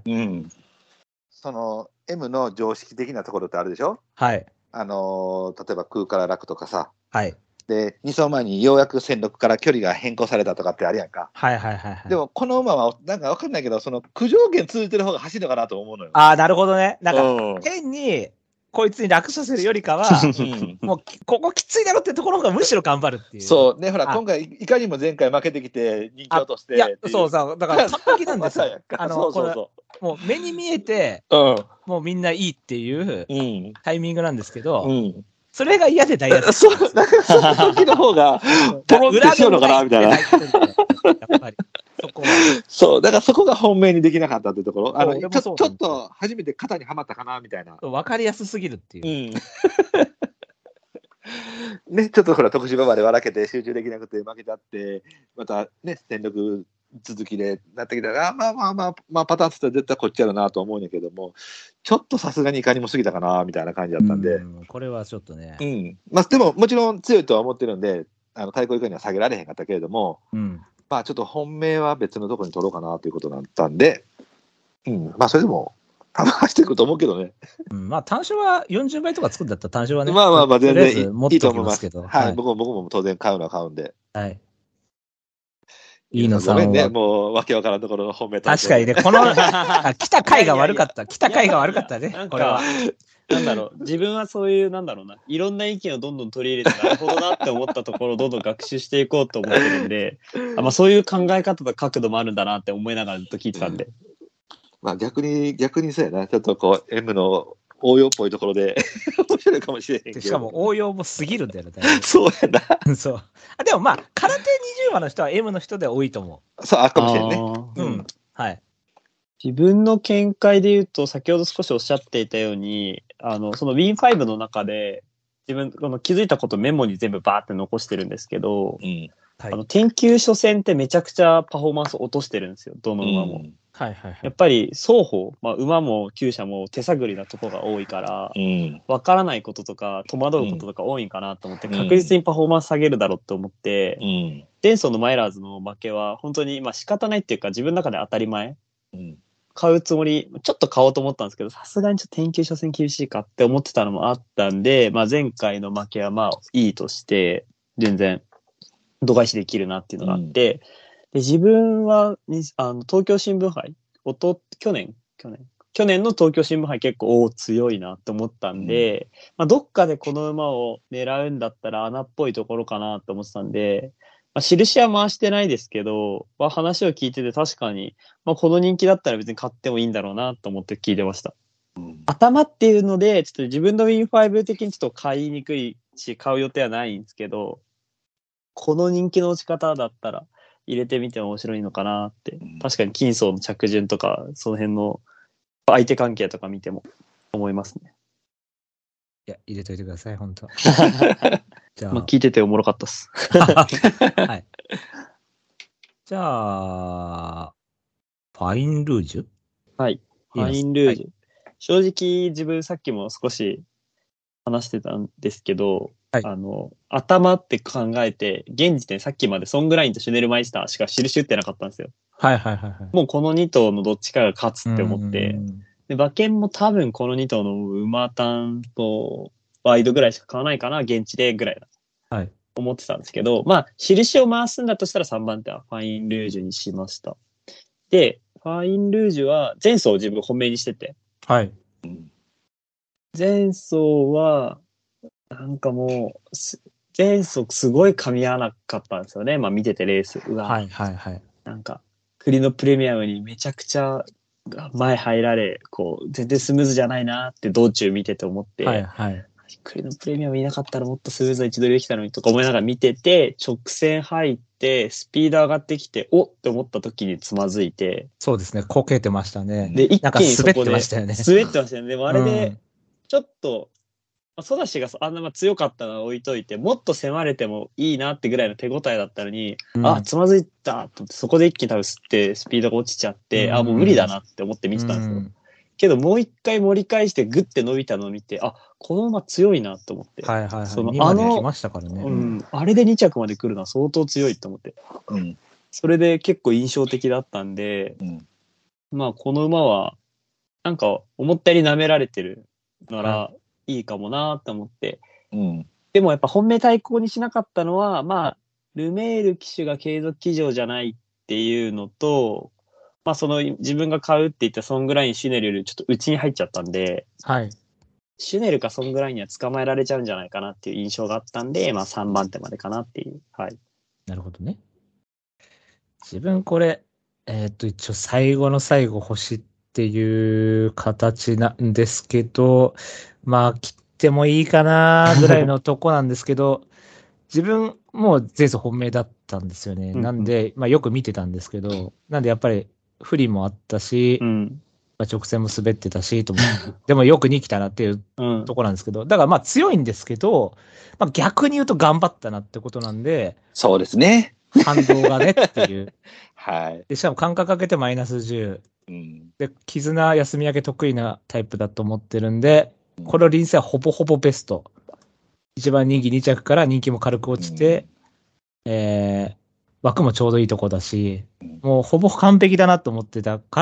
M の常識的なところってあるでしょ。
はい。
例えば空から楽とかさ。
はい。
で、2走前にようやく16から距離が変更されたとかってあるやんか。
はい。
でも、この馬は、なんかわかんないけど、苦情源続いてる方が走るのかなと思うのよ。
なるほどね。なんか、変に、こいつに楽させるよりかは、もう、ここきついだろってところがむしろ頑張るっていう。
そう。ね、ほら、今回、いかにも前回負けてきて、人気落として。
いや、そう。だから完璧なんですよ。もう目に見えて、もうみんないいっていうタイミングなんですけど、それが嫌でダイヤで。
なんかその時の方が、ポロンってしようのかなみたいな。やっぱり。
そこは。
そう、だからそこが本命にできなかったっていうところ、ちょっ
俺もそう
と初めて肩にはまったかなみたいな。
わかりやすすぎるっていう。
ね、ちょっとほら、徳島まで笑けて集中できなくて負けちゃって、またね、戦力続きでなってきたら、まあ、パターンとしては絶対こっちやろうなと思うんやけども、ちょっとさすがにいかにも過ぎたかなみたいな感じだったんで、
これはちょっとね。
まあ、でも、もちろん強いとは思ってるんで、対抗以下には下げられへんかったけれども、まあ、ちょっと本命は別のところに取ろうかなということだったんで、まあ、それでも、多分走っていくと思うけどね。
まあ、単勝は40倍とか作るんだったら単勝はね。
まあ、全然いいと思います
けど。
はい。僕も当然買うのは買うんで。
はい。いいの
さんは。ごめんね、もう、わけわからんところの本命
確かにね、来た回が悪かった。来た回が悪かったね。これは。
なんだろう、自分はそういう、なんだろうな、いろんな意見をどんどん取り入れて、なるほどなって思ったところをどんどん学習していこうと思ってるんで、まあ、そういう考え方と角度もあるんだなって思いながらずっと聞いてたんで。
まあ逆にそうやな、ちょっとこう、M の応用っぽいところで面白いかもしれへんけど。
しかも応用も過ぎるんだよね。
そうやな。
そう。でもまあ、空手20話の人は M の人で多いと思
う。そう、かもしれんね。
はい。
自分の見解で言うと、先ほど少しおっしゃっていたように、その Win5 の中で、自分、気づいたことメモに全部バーって残してるんですけど、天球初戦ってめちゃくちゃパフォーマンス落としてるんですよ、どの馬も。やっぱり双方、まあ、馬も厩舎も手探りなとこが多いから、わからないこととか戸惑うこととか多いんかなと思って、確実にパフォーマンス下げるだろうと思って、デンソーのマイラーズの負けは本当にまあ仕方ないっていうか自分の中で当たり前。買うつもり、ちょっと買おうと思ったんですけど、さすがにちょっと天球初戦厳しいかって思ってたのもあったんで、まあ前回の負けはまあいいとして、全然度外視できるなっていうのがあって、で自分は東京新聞杯、去年の東京新聞杯結構強いなって思ったんで、まあどっかでこの馬を狙うんだったら穴っぽいところかなって思ってたんで、まあ、印は回してないですけど、まあ、話を聞いてて確かに、まあ、この人気だったら別に買ってもいいんだろうなと思って聞いてました。頭っていうので、ちょっと自分の Win5 的にちょっと買いにくいし、買う予定はないんですけど、この人気の落ち方だったら入れてみても面白いのかなって。確かに金層の着順とか、その辺の相手関係とか見ても思いますね。
いや、入れといてください、本当。
じゃあ、まあ、聞いてておもろかったっす。
はい。じゃあ、ファインルージュ？
はい。ファインルージュ。はい、正直、自分さっきも少し話してたんですけど、はい、頭って考えて、現時点さっきまでソングラインとシュネルマイスターしか印打ってなかったんですよ。もうこの2頭のどっちかが勝つって思って、で、馬券も多分この2頭の馬単とワイドぐらいしか買わないかな、現地でぐらいだ。はい。思ってたんですけど、まあ、印を回すんだとしたら3番手はファインルージュにしました。で、ファインルージュは前走を自分本命にしてて。はい。前走は、なんかもう、前走すごい噛み合わなかったんですよね。まあ見ててレース。はいはいはい。なんか、栗のプレミアムにめちゃくちゃ前入られ、こう、全然スムーズじゃないなって道中見てて思って。はいはい。栗のプレミアムいなかったらもっとスムーズな位置取りできたのにとか思いながら見てて、直線入って、スピード上がってきて、おって思った時につまずいて。
そうですね、こけてましたね。
で、一気にそこで
滑ってましたよね。
滑ってましたよね。でもあれで、ちょっと、ソダシがあんな強かったのは置いといて、もっと迫れてもいいなってぐらいの手応えだったのに、つまずいたと思って、そこで一気に多分吸ってスピードが落ちちゃって、もう無理だなって思って見てたんですよ。けどもう一回盛り返してグッて伸びたのを見て、この馬強いなと思って。はいはいはい。2まで来ましたからね。あれで2着まで来るのは相当強いと思って。それで結構印象的だったんで、まあこの馬は、なんか思ったより舐められてるならいいかもなと思って。でもやっぱ本命対抗にしなかったのは、まあ、ルメール騎手が継続騎乗じゃないっていうのと、まあその自分が買うって言ったソングライン、シュネルよりちょっと内に入っちゃったんで、はい。シュネルかソングラインには捕まえられちゃうんじゃないかなっていう印象があったんで、まあ3番手までかなっていう。はい。
なるほどね。自分これ、一応最後の最後星っていう形なんですけど、まあ切ってもいいかなぐらいのとこなんですけど、 自分も前走本命だったんですよね。なんで、まあよく見てたんですけど、なんでやっぱり不利もあったし、まあ、直線も滑ってたし、と思って。でもよくに来たなっていうところなんですけど、だからまあ強いんですけど、まあ逆に言うと頑張ったなってことなんで、
そうですね。
反動がねっていう。
はい。
で、しかも間隔かけてマイナス10。で、絆休み明け得意なタイプだと思ってるんで、この臨戦はほぼほぼベスト。一番人気2着から人気も軽く落ちて、枠もちょうどいいとこだし、もうほぼ完璧だなと思ってたから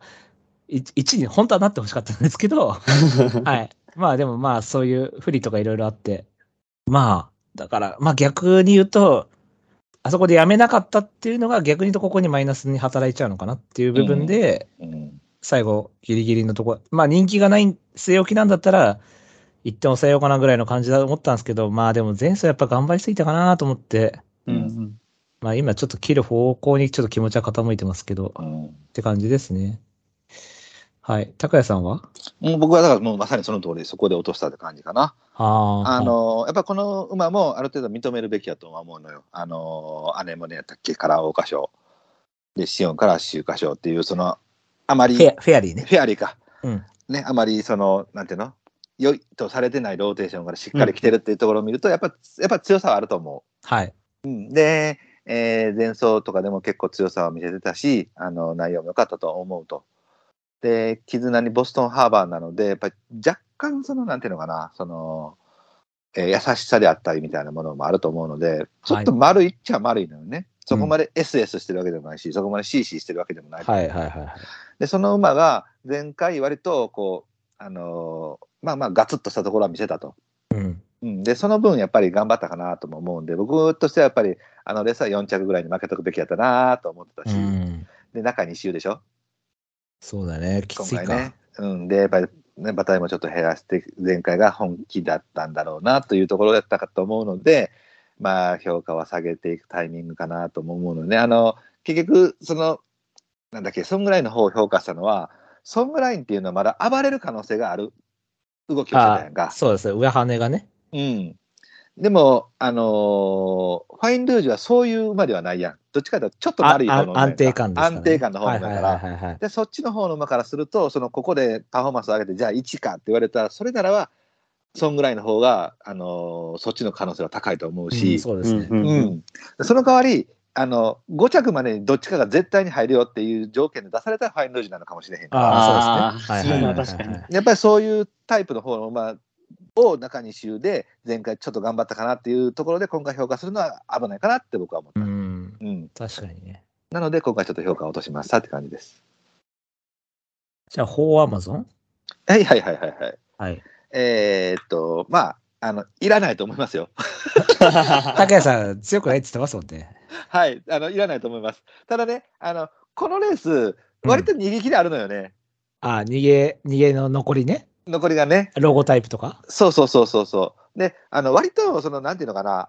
、1に本当はなってほしかったんですけど、はい。まあでもまあそういう不利とかいろいろあって、まあ、だから、まあ逆に言うと、あそこでやめなかったっていうのが逆に言うとここにマイナスに働いちゃうのかなっていう部分で、最後ギリギリのところ、まあ人気がない据え置きなんだったら、一点抑えようかなぐらいの感じだと思ったんですけど、まあでも前走やっぱ頑張りすぎたかなと思って、まあ今ちょっと切る方向にちょっと気持ちは傾いてますけど、って感じですね。はい。高谷さんは？
僕はだからもうまさにその通りで、そこで落としたって感じかな。やっぱこの馬もある程度認めるべきだとは思うのよ。アネモネやったっけから桜花賞。で、シオンから秋華賞っていう、その、あまり。
フェアリーね。
フェアリーか。ね、あまりその、なんていうの？良いとされてないローテーションからしっかり来てるっていうところを見ると、やっぱ強さはあると思う。
はい。
で、前走とかでも結構強さを見せてたし、内容も良かったと思うと。で、絆にボストンハーバーなので、やっぱり若干その、なんていうのかな、その、優しさであったりみたいなものもあると思うので、ちょっと丸いっちゃ丸いのよね。そこまで SS してるわけでもないし、そこまで CC してるわけでもない。で、その馬が前回割とこう、まあまあガツッとしたところは見せたと。で、その分やっぱり頑張ったかなとも思うんで、僕としてはやっぱりレースは4着ぐらいに負けとくべきだったなと思ってたし、で、中2週でしょ。
そうだね、きついか。
今回ね。で、やっぱりね、馬体もちょっと減らして、前回が本気だったんだろうなというところだったかと思うので、まあ、評価は下げていくタイミングかなとも思うので、結局、その、なんだっけ、ソングラインの方を評価したのは、ソングラインっていうのはまだ暴れる可能性がある動きをしてたやんか。
そうですね、上羽がね。
でも、ファインルージュはそういう馬ではないやん。どっちかというとちょっと丸い方の馬やんか。
安定感ですね。
安定感の方の馬やから。で、そっちの方の馬からすると、ここでパフォーマンスを上げて、じゃあ1かって言われたら、それならば、そんぐらいの方が、そっちの可能性は高いと思うし、
そうですね。
その代わり、5着までにどっちかが絶対に入るよっていう条件で出されたらファインルージュなのかもしれへんから。
そうですね。確かに。
やっぱりそういうタイプの方の馬を中2週で前回ちょっと頑張ったかなっていうところで今回評価するのは危ないかなって僕は思った。
確かにね。
なので今回ちょっと評価を落としましたって感じです。
じゃあ、フォーアマゾン？
はい。まあ、いらないと思いますよ。
高谷さん、強くないって言ってますもんね。
はい、いらないと思います。ただね、このレース、割と逃げ切りあるのよね。
逃げの残りね。
残りがね。
ロゴタイプとか。
そう。で、割と、なんていうのかな、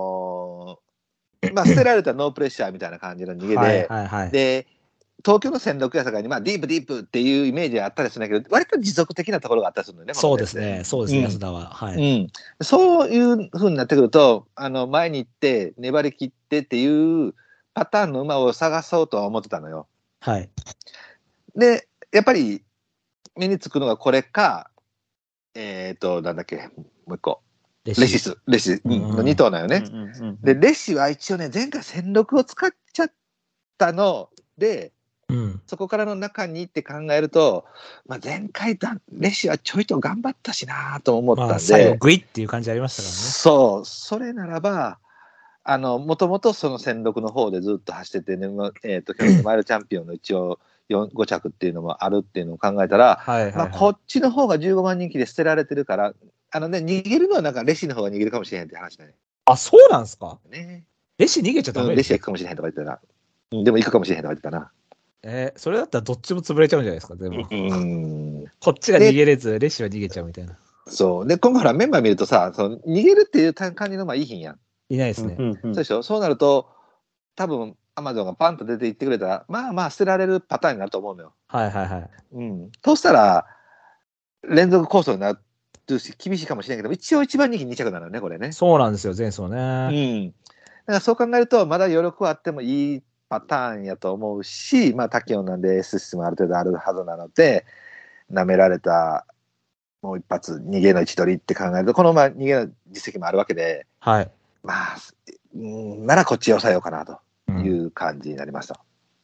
まあ、捨てられたノープレッシャーみたいな感じの逃げで、で、東京の戦力やさかに、まあ、ディープっていうイメージがあったりするんだけど、割と持続的なところがあったりするのよね、
そうですね、安田は。
そういう風になってくると、前に行って、粘り切ってっていうパターンの馬を探そうとは思ってたのよ。で、やっぱり、目につくのがこれか、なんだっけ、もう一個。レシスの2頭だよね。で、レシは一応ね、前回戦力を使っちゃったので、そこからの中にって考えると、まあ、前回レシはちょいと頑張ったしなと思ったんで、
最後グイっていう感じありましたからね。
そう、それならば、もともとその戦力の方でずっと走ってて、ね、去年のマイルチャンピオンの一応5着っていうのもあるっていうのを考えたら、まあ、こっちの方が15番人気で捨てられてるから、逃げるのはなんかレシの方が逃げるかもしれへんって話だね。
あ、そうなんですか？
ね。
レシ逃げちゃダメ？
レシは行くかもしれへんとか言ってたな。でも行くかもしれへんとか言ってたな。
それだったらどっちも潰れちゃうんじゃないですか、でも。こっちが逃げれず、レシは逃げちゃうみたいな。
そう。で、今回ほらメンバー見るとさ、逃げるっていう感じのいいひんやん。
いないですね。
そうでしょ？そうなると、多分、アマゾンがパンと出て行ってくれたら、まあまあ捨てられるパターンになると思うのよ。そうしたら、連続構想になっと厳しいかもしれないけど、一応1番人気2着なのね、これね。
そうなんですよ、前走ね。
だからそう考えると、まだ余力はあってもいいパターンやと思うし、まあ、タキオンなんで S 質もある程度あるはずなので、舐められた、もう一発、逃げの位置取りって考えると、この逃げの実績もあるわけで、
はい。
まあ、ならこっちを抑えようかなという感じになりました。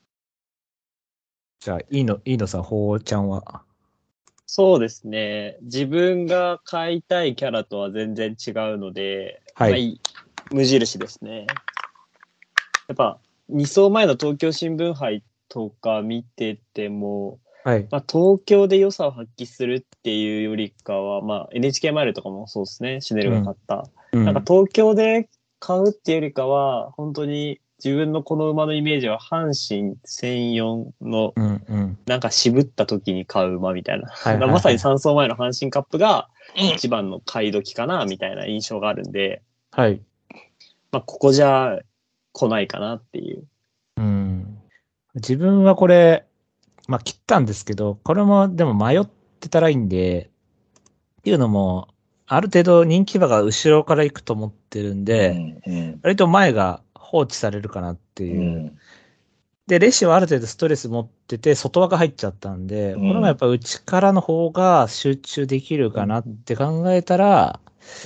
じゃあ、いいのさん、ほうちゃんは。
そうですね。自分が買いたいキャラとは全然違うので、
はい。
無印ですね。やっぱ、2走前の東京新聞杯とか見てても、
はい。
東京で良さを発揮するっていうよりかは、NHK マイルとかもそうですね。シュネルが買った。なんか東京で買うっていうよりかは、本当に自分のこの馬のイメージは阪神1004の、なんか渋った時に買う馬みたいな。まさに3走前の阪神カップが一番の買い時かな、みたいな印象があるんで、
はい。
ここじゃ来ないかなっていう。
自分はこれ、切ったんですけど、これもでも迷ってたらいいんで、っていうのも、ある程度人気馬が後ろから行くと思ってるんで、割と前が放置されるかなっていう。で、レシはある程度ストレス持ってて、外枠入っちゃったんで、これもやっぱ内からの方が集中できるかなって考えたら、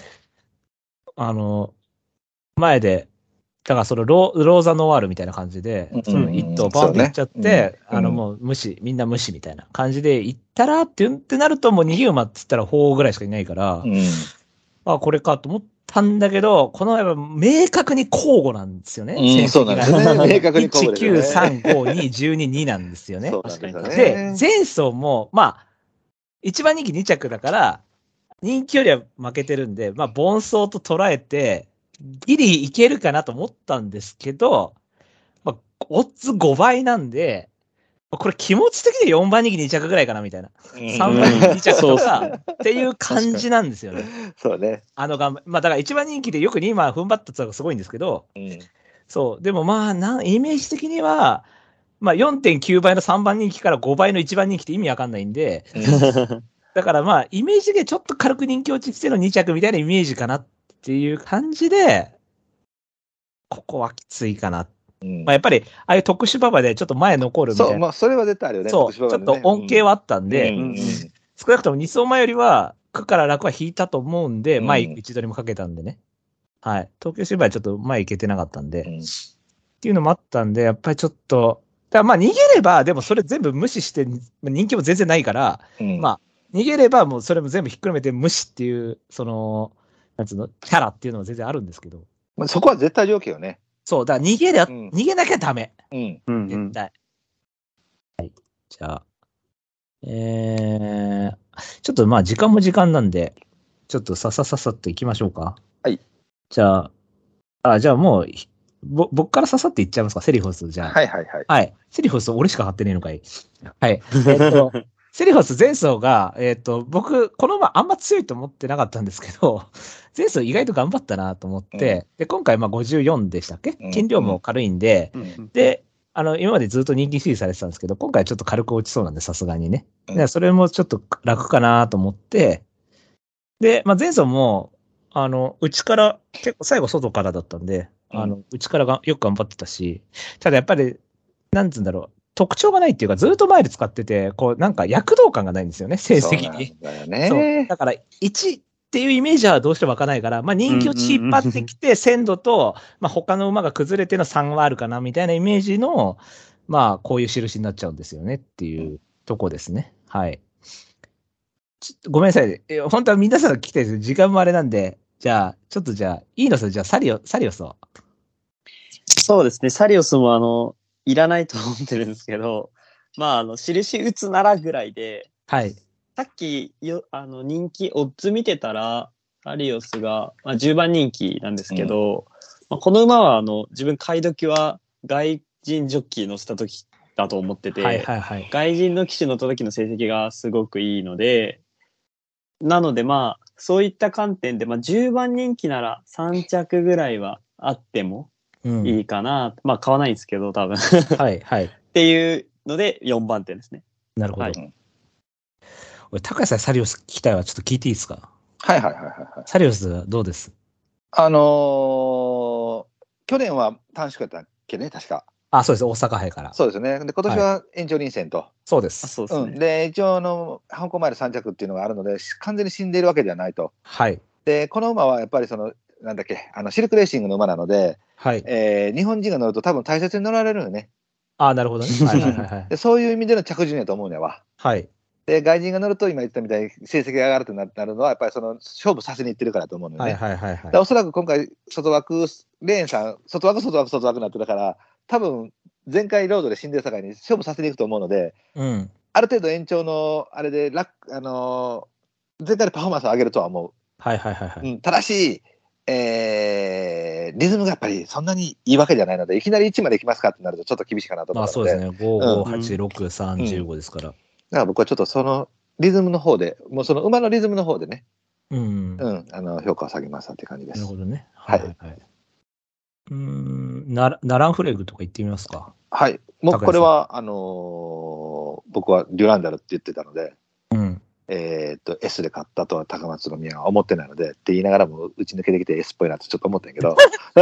前で、だからそのローザノワールみたいな感じで、その一頭バンっていっちゃって、もうみんな無視みたいな感じで行ったらってなるともう逃げ馬って言ったら4ぐらいしかいないから、これかと思ったんだけど、このやっぱ明確に交互なんですよね。
そうなんですよね。明確に
交互ですね。1、9、3、5、2、12、2なんですよね。
確かに。
で、前走も、一番人気2着だから、人気よりは負けてるんで、凡走と捉えて、ギリいけるかなと思ったんですけど、オッズ5倍なんで、これ気持ち的に4番人気2着ぐらいかなみたいな。3番人気2着とかっていう感じなんですよね。
そうね。
だから1番人気でよく2番踏ん張ったのがすごいんですけど、そう。でもイメージ的には、4.9 倍の3番人気から5倍の1番人気って意味わかんないんで、だからイメージ的にちょっと軽く人気落ちしての2着みたいなイメージかなっていう感じで、ここはきついかな。やっぱり、ああいう特殊馬場でちょっと前残るみたいな。
そう、それは絶対あるよね。
そう、ちょっと恩恵はあったんで、少なくとも2走前よりは、区から楽は引いたと思うんで、前位置取りもかけたんでね。はい。東京新聞はちょっと前行けてなかったんで、っていうのもあったんで、やっぱりちょっと、だから逃げれば、でもそれ全部無視して、人気も全然ないから、逃げればもうそれも全部ひっくるめて無視っていう、なんつうの、キャラっていうのは全然あるんですけど。
そこは絶対条件よね。
そう、だから逃げなきゃダメ。絶対。はい。じゃあ、ちょっと時間も時間なんで、ちょっとさっと行きましょうか。
はい。
じゃあもう、僕からささって言っちゃいますか、セリフォス、じゃあ。
はい。
はい。セリフォス、俺しか貼ってねえのかい。はい。セリフォス前走が、僕、この馬あんま強いと思ってなかったんですけど、前走意外と頑張ったなと思って、で、今回54でしたっけ？斤量も軽いんで、で、今までずっと人気支持されてたんですけど、今回ちょっと軽く落ちそうなんで、さすがにね。それもちょっと楽かなと思って、で、前走も、内から、結構最後外からだったんで、内からがよく頑張ってたし、ただやっぱり、なんつうんだろう、特徴がないっていうか、ずっとマイル使ってて、なんか躍動感がないんですよね、成績に。
そうだよね。
だから、1っていうイメージはどうしても湧かないから、人気を引っ張ってきて、鮮度と、他の馬が崩れての3はあるかな、みたいなイメージの、こういう印になっちゃうんですよねっていうとこですね。はい。ごめんなさい。本当は皆さんが聞きたいです。時間もあれなんで、じゃあ、いいのさ、じゃあサリオスを。
そうですね。サリオスもいらないと思ってるんですけど、印打つならぐらいで、
はい。
さっき人気、オッズ見てたら、サリオスが、10番人気なんですけど、この馬は自分買い時は外人ジョッキー乗せた時だと思ってて、外人の騎手乗った時の成績がすごくいいので、なのでそういった観点で、10番人気なら3着ぐらいはあってもいいかな。買わないんですけど、多分。
はい。
っていうので、4番手ですね。
なるほど。俺、高橋さんサリオス聞きたいわ。ちょっと聞いていいですか？
はいはいはいはい。
サリオスはどうです？
去年は短縮だったっけね、確か。
そうです。大阪杯から。
そうですね。で、今年は延長臨戦と。
そうです。
そうですね。
で、一応香港マイル3着っていうのがあるので、完全に死んでいるわけではないと。
はい。
で、この馬はやっぱりなんだっけ、シルクレーシングの馬なので、
はい。
日本人が乗ると多分大切に乗られるよね。
なるほどね。はいはいはいはい。
で、そういう意味での着順やと思うねわ。
はい。
で、外人が乗ると今言ったみたいに成績が上がるとなるのは、やっぱり勝負させにいってるからと思うのよね。
はいはいはいはい。
おそらく今回、外枠、レーンさん、外枠になってたから、多分前回ロードで死んでる境に勝負させにいくと思うので、ある程度延長のあれで前回でパフォーマンスを上げるとは思う。
はいはいはいはい。
ただし、リズムがやっぱりそんなにいいわけじゃないので、いきなり1まで行きますかってなるとちょっと厳しいかなと思うので。
そうですね。5、5、8、6、3、15ですから。
だから僕はちょっとそのリズムの方で、もうその馬のリズムの方でね、評価を下げましたって感じです。
なるほどね。
はい。
ナランフレグとか言ってみますか。
はい。もうこれは、僕はデュランダルって言ってたので、S で買ったとは高松宮は思ってないのでって言いながらも打ち抜けてきて S っぽいなってちょっと思ったんやけど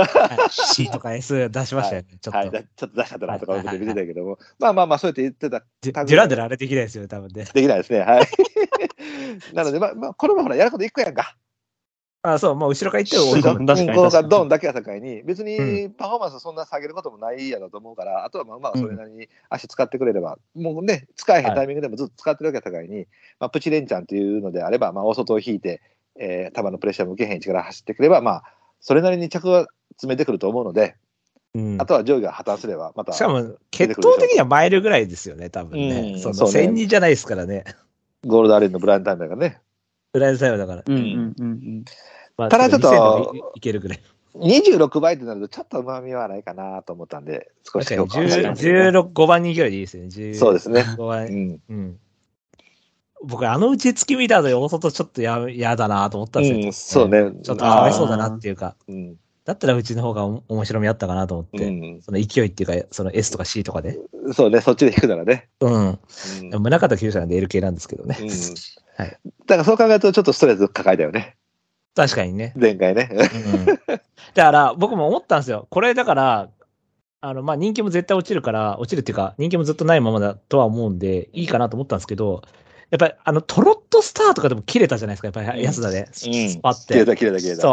C とか S 出しましたよね、ちょっと。
ちょっと出しちゃったなとか思って見てたけども、まあそうやって言ってた。
デュランダルあれできないですよね、多分ね。
できないですね。はい。なので、これもほら、やること一個やんか。
そう、もう後ろから行って追い込む。
このがドンだけは境に、別にパフォーマンスそんな下げることもないやだと思うから、あとは馬はそれなりに足使ってくれれば、もうね、使えへんタイミングでもずっと使ってるわけや境に、プチレンチャンっていうのであれば、大外を引いて、球のプレッシャーも受けへん位置から走ってくれば、それなりに着は詰めてくると思うので、あとは上位が破綻すれば、また。
しかも、血統的にはマイルぐらいですよね、多分ね。その1002じゃないですからね。
ゴールドアレンのブラインタイムだからね。
ブラインタイムだから。
ただちょっと、
いけるぐらい。
26倍ってなると、ちょっと旨味はないかなと思ったんで、少し評価を下げますね。
5番人気ぐらいでいいですね。
そうですね。
5番。僕、打ち付き見た後に大外ちょっと嫌だなと思ったんです
よ。そうね。
ちょっとかわいそうだなっていうか。だったらうちの方が面白みあったかなと思って。その勢いっていうか、その S とか C とかで。
そうね、そっちで引くならね。
宗像厩舎なんで L 系なんですけどね。
はい。だからそう考えるとちょっとストレス抱えたよね。
確かにね。
前回ね。
だから僕も思ったんですよ。これだから、人気も絶対落ちるっていうか、人気もずっとないままだとは思うんで、いいかなと思ったんですけど、やっぱりトロットスターとかでも切れたじゃないですか、やっぱり安田で。スパって。
切れた。
そう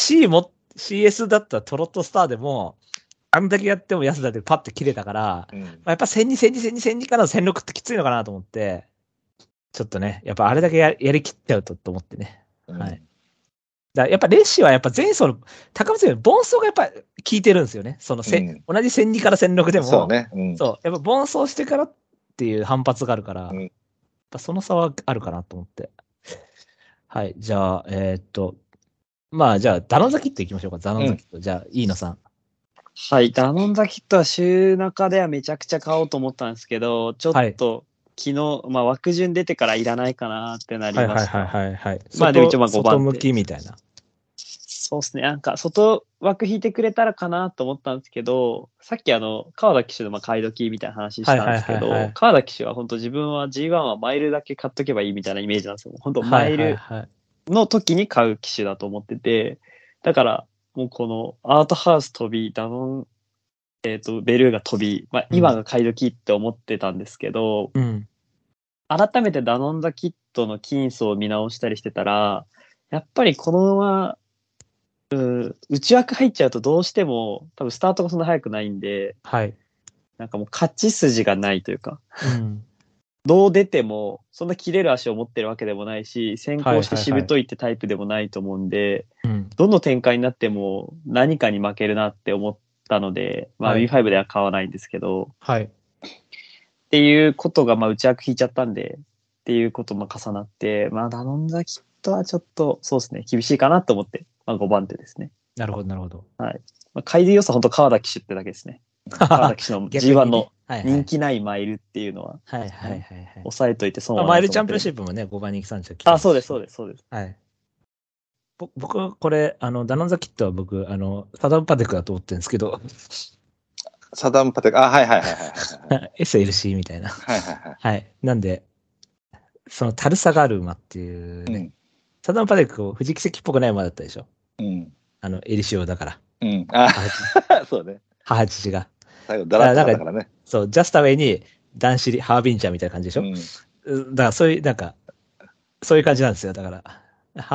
、CS だったトロットスターでも、あんだけやっても安田でパッて切れたから、やっぱ1002からの1006ってきついのかなと思って、ちょっとね、やっぱあれだけやりきっちゃうと思ってね。はい。だやっぱレッシーはやっぱ前走の高松より盆走がやっぱ効いてるんですよね。同じ1002から1006でも。
そうね。
そう。やっぱ盆走してからっていう反発があるから、やっぱその差はあるかなと思って。はい。じゃあ、じゃあ、ダノンザキットいきましょうか。ダノンザキット。じゃあ、飯野さん。
はい。ダノンザキットは週中ではめちゃくちゃ買おうと思ったんですけど、ちょっと、昨日、枠順出てからいらないかなってなりました。
はい。
でも一応5番
外向きみたいな。
そうですね。なんか、外枠引いてくれたらかなと思ったんですけど、さっき川田騎手の買い時みたいな話したんですけど、川田騎手は本当自分は G1 はマイルだけ買っとけばいいみたいなイメージなんですよ。本当マイルの時に買う騎手だと思ってて、だから、もうこのアートハウス飛び、ダノン、ベルーガ飛び、今が買い時って思ってたんですけど、改めてダノンザキットの金層を見直したりしてたら、やっぱりこのまま、内枠入っちゃうとどうしても、多分スタートがそんな早くないんで、なんかもう勝ち筋がないというか、どう出ても、そんな切れる足を持ってるわけでもないし、先行してしぶといってタイプでもないと思うんで、どの展開になっても何かに負けるなって思ったので、V5 では買わないんですけど、っていうことが、内枠引いちゃったんで、っていうことも重なって、ダノンザキットはちょっと、そうですね、厳しいかなと思って、5番手ですね。
なるほど。
はい。買いで良さ、本当川田騎手ってだけですね。川田騎手の G1 の人気ないマイルっていうのは、抑えといて損はない。
マイルチャンピオンシップもね、5番人気3着。
そうです。
はい。僕、これ、ダノンザキットは僕、サダムパテクだと思ってるんですけど、
サダムパテク、はい。
SLC みたいな。はい。なんで、そのタルサがある馬っていうね、 サダム・パテック、藤木関っぽくない馬だったでしょ。
うん。
エリシオだから。
うん。そうね。
母父が。
最後、ダラッとだからね。
そう、ジャスタウェイに、ダンシリ、ハービンチャーみたいな感じでしょ。だから、そういう、そういう感じなんですよ。だから、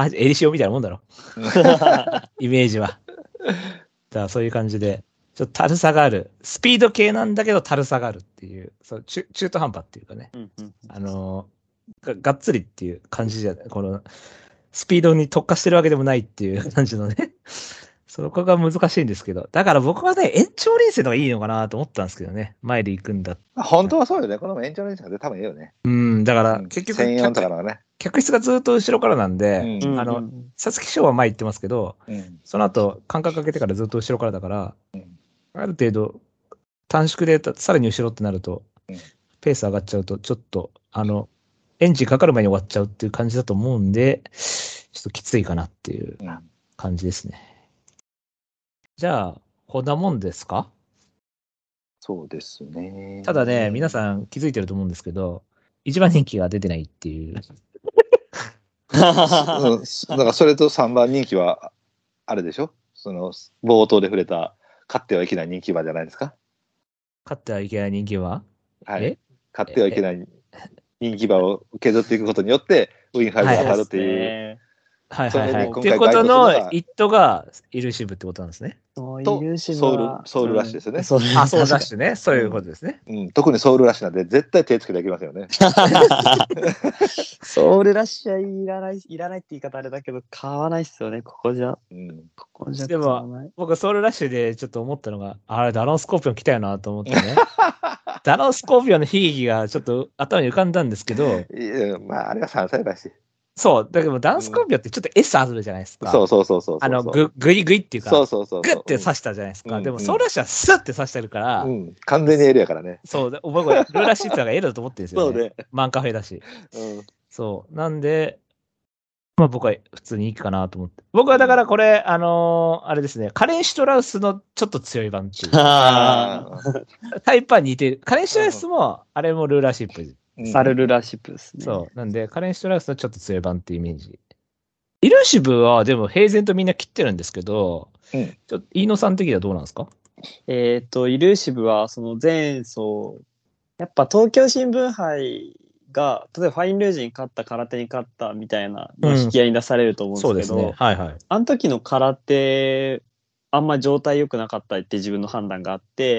エリシオみたいなもんだろ。イメージは。だからそういう感じで、ちょっとたるさがある。スピード系なんだけど、たるさがあるっていう、そう中途半端っていうかね。がっつりっていう感じじゃない。この、スピードに特化してるわけでもないっていう感じのね。そこが難しいんですけど。だから僕はね、延長連戦の方がいいのかなと思ったんですけどね。前で行くんだ。
本当はそうよね。この延長連戦で多分いいよね。
だから結局、
1004とかのね。
客室がずっと後ろからなんで、皐月賞は前行ってますけど、その後、間隔かけてからずっと後ろからだから、ある程度、短縮でさらに後ろってなると、ペース上がっちゃうと、ちょっと、エンジンかかる前に終わっちゃうっていう感じだと思うんで、ちょっときついかなっていう感じですね。じゃあ、こんなもんですか？
そうですね。
ただね、皆さん気づいてると思うんですけど、一番人気が出てないっていう。
だからそれと3番人気は、あれでしょ？その、冒頭で触れた、勝ってはいけない人気馬じゃないですか？
勝ってはいけない人気馬？
はい。勝ってはいけない人気馬を受け取っていくことによって、ウィンファイブが当たるっていう。
はいはいはい。っていうことの一途がイルーシブってことなんですね。
とソウルラッシュですよね。
ソウルラッシュね。そういうことですね。
特にソウルラッシュなんで絶対手つけていきますよね。
ソウルラッシュはいらないって言い方あれだけど、買わないっすよね、ここじゃ。ここじゃ
でも、僕ソウルラッシュでちょっと思ったのが、あれ、ダノンスコーピオン来たよなと思ってね。ダノンスコーピオンの悲劇がちょっと頭に浮かんだんですけど。
いや、まあ、あれは3歳だし。
そう。だけど、ダンスコンビオってちょっと S あるじゃないですか。
そう。
グイグイっていうか、
そう。
グッて刺したじゃないですか。でも、ソウルラッシュはスッて刺してるから。
完全に L やからね。
そう。僕はルーラーシーツが L だと思ってるんですよね。
そうね。
マンカフェだし。そう。なんで、まあ僕は普通にいいかなと思って。僕はだからこれ、あれですね、カレン・シュトラウスのちょっと強い版っていう。タイプは似てる。カレン・シュトラウスも、あれもルーラーシップ。
サルルラシップですね。
そう。なんで、カレン・シュトラウスのちょっと強い版っていうイメージ。イルーシブは、でも平然とみんな切ってるんですけど、ちょっと飯野さん的にはどうなんですか？
イルーシブは、その前走、やっぱ東京新聞杯が、例えばファインルージュに勝った、空手に勝ったみたいな引き合いに出されると思うんですけど、
そうですね。はいはい。
あの時の空手、あんま状態良くなかったって自分の判断があって、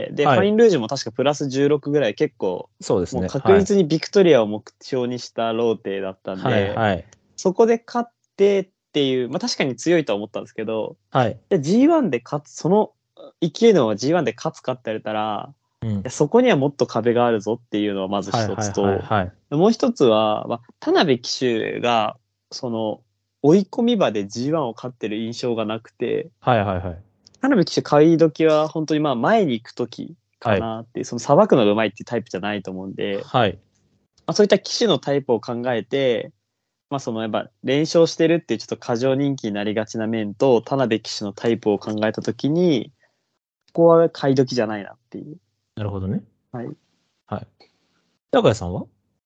で、ファインルージュも確かプラス16ぐらい結構、
そうですね。
もう確実にビクトリアを目標にしたローテだったんで、そこで勝ってっていう、まあ確かに強いとは思ったんですけど、G1 で勝つ、その勢いのまま G1 で勝つかって言われたら、そこにはもっと壁があるぞっていうのはまず一つと、もう一つは、田辺騎手が、その、追い込み場で G1 を勝ってる印象がなくて、田辺騎手買い時は本当にまあ前に行く時かなっていう、そのさばくのがうまいっていうタイプじゃないと思うんで、まあ、そういった騎手のタイプを考えて、まあそのやっぱ連勝してるっていうちょっと過剰人気になりがちな面と、田辺騎手のタイプを考えた時に、ここは買い時じゃないなっていう。
なるほどね。
はい。
高谷さんは？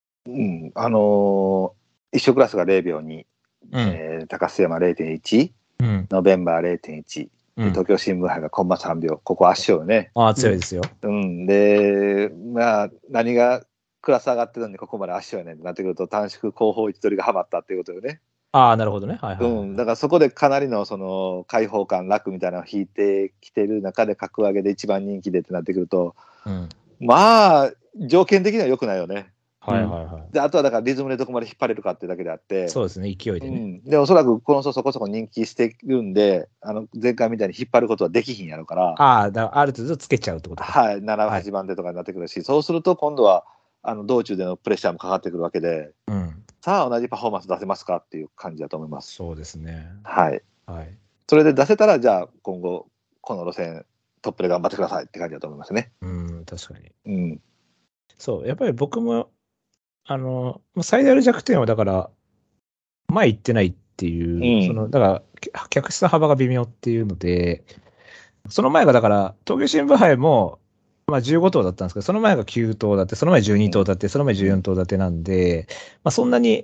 一緒クラスが0秒2、高須山 0.1、ノベンバー 0.1、東京新聞杯がコンマ3秒、ここ圧勝よね。
強いですよ。
で、まあ、何がクラス上がってるのにここまで圧勝やねんってなってくると、短縮後方位置取りがハマったっていうことよね。
なるほどね。だ
からそこでかなりのその開放感、楽みたいなのを引いてきてる中で、格上げで一番人気でってなってくると、まあ、条件的には良くないよね。で、あとはだからリズムでどこまで引っ張れるかっていうだけであって。
そうですね、勢いでね。
で、おそらくこの人そこそこ人気してるんで、前回みたいに引っ張ることはできひんやろから。
だからある程度つけちゃうってことか。
7、8番手とかになってくるし、そうすると今度は、道中でのプレッシャーもかかってくるわけで、さあ同じパフォーマンス出せますかっていう感じだと思います。
そうですね。
それで出せたら、じゃあ今後、この路線、トップで頑張ってくださいって感じだと思いますね。
確かに。そう、やっぱり僕も、最大の弱点はだから、前行ってないっていう、だから、客室の幅が微妙っていうので、その前がだから、東京新聞杯も、まあ15頭だったんですけど、その前が9頭だって、その前12頭だって、その前14頭だってなんで、まあそんなに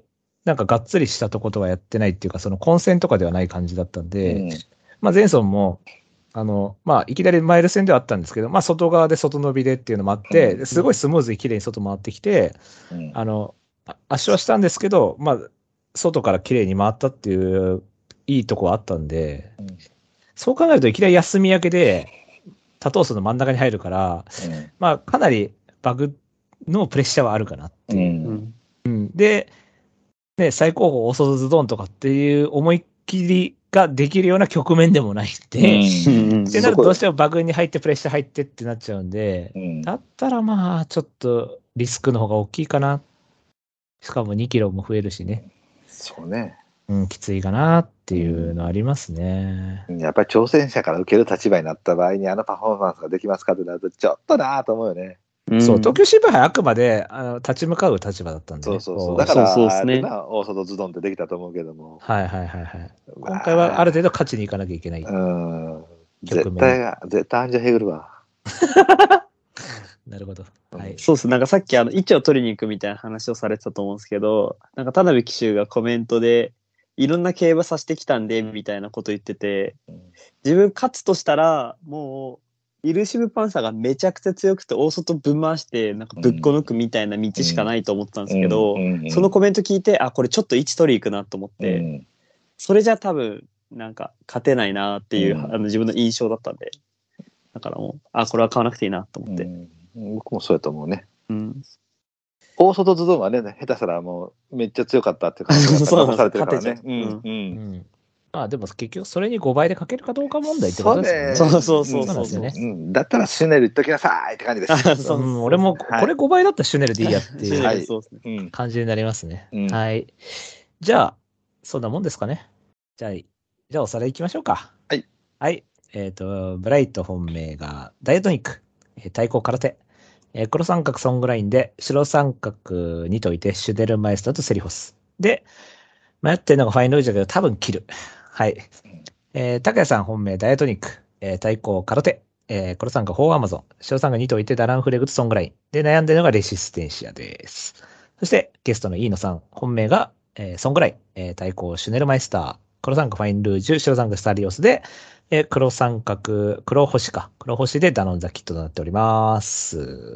なんかがっつりしたとことはやってないっていうか、その混戦とかではない感じだったんで、まあ前走も、まあいきなりマイル戦ではあったんですけど、まあ外側で外伸びでっていうのもあって、すごいスムーズに綺麗に外回ってきて、圧勝はしたんですけど、まあ外から綺麗に回ったっていういいとこはあったんで、そう考えるといきなり休み明けで、多頭数の真ん中に入るから、まあかなりバグのプレッシャーはあるかなっていう。で、ね、最高峰オーソドズドンとかっていう思いっきりができるような局面でもないんで、ってなるとどうしてもバグに入ってプレッシャー入ってってなっちゃうんで、だったらまあちょっとリスクの方が大きいかな。しかも2キロも増えるしね。
そうね。
きついかなっていうのありますね。
やっぱり挑戦者から受ける立場になった場合にパフォーマンスができますかってなるとちょっとなぁと思うよね。
そう、東京新聞杯あくまで立ち向かう立場だったんで、ね。
だから、オーソドズドンってできたと思うけども。
はい。今回はある程度勝ちに行かなきゃいけない。
絶対アンジャヘグルは。
なるほど。
はい。そうです。なんかさっき位置を取りに行くみたいな話をされてたと思うんですけど、なんか田辺騎手がコメントで、いろんな競馬させてきたんで、みたいなこと言ってて、自分勝つとしたら、もう、イルシブパンサーがめちゃくちゃ強くて大外ぶん回してなんかぶっこ抜くみたいな道しかないと思ってたんですけど、そのコメント聞いてこれちょっと位置取り行くなと思って、それじゃ多分なんか勝てないなっていう、自分の印象だったんで、だからもうこれは買わなくていいなと思って、
僕もそうやと思うね。大外ズドンはね下手したらもうめっちゃ強かったっていう感じが残されてるからね。
でも結局それに5倍でかけるかどうか問題ってことですよ
ね。そう
なんですよね。
だったらシュネル言っときなさいって感じです。
俺もこれ5倍だったらシュネルでいいやっていう感じになりますね。はい。じゃあ、そんなもんですかね。じゃあおさらい行きましょうか。はい。ブライト本命がダイエットニック、対抗空手、黒三角ソングラインで白三角にといてシュデルマイスターとセリフォス。で、迷ってるのがファインルージュだけど多分切る。はい。高谷さん本命ダイエットニック、対抗空手、黒三角フォーアマゾン、白三角にといてダランフレグとソングライン。で、悩んでるのがレシステンシアです。そしてゲストの飯野さん本命が、ソングライン、対抗シュネルマイスター、黒三角ファインルージュ、白三角スタリオスで、黒三角、黒星でダノンザキットとなっております。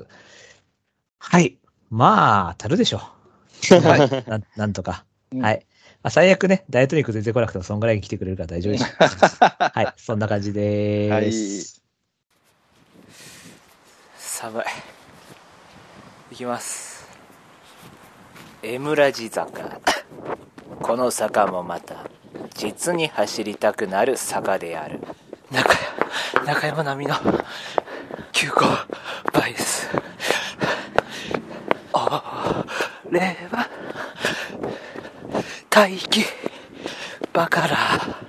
はい。まあ、足るでしょう。はい。なんとか。はい。最悪ね、ダイエットニック全然来なくてもそんぐらいに来てくれるから大丈夫です。はい。そんな感じです。
寒い。いきます。江村地坂。この坂もまた実に走りたくなる坂である。中山並みの急勾配です。俺は大気バカラ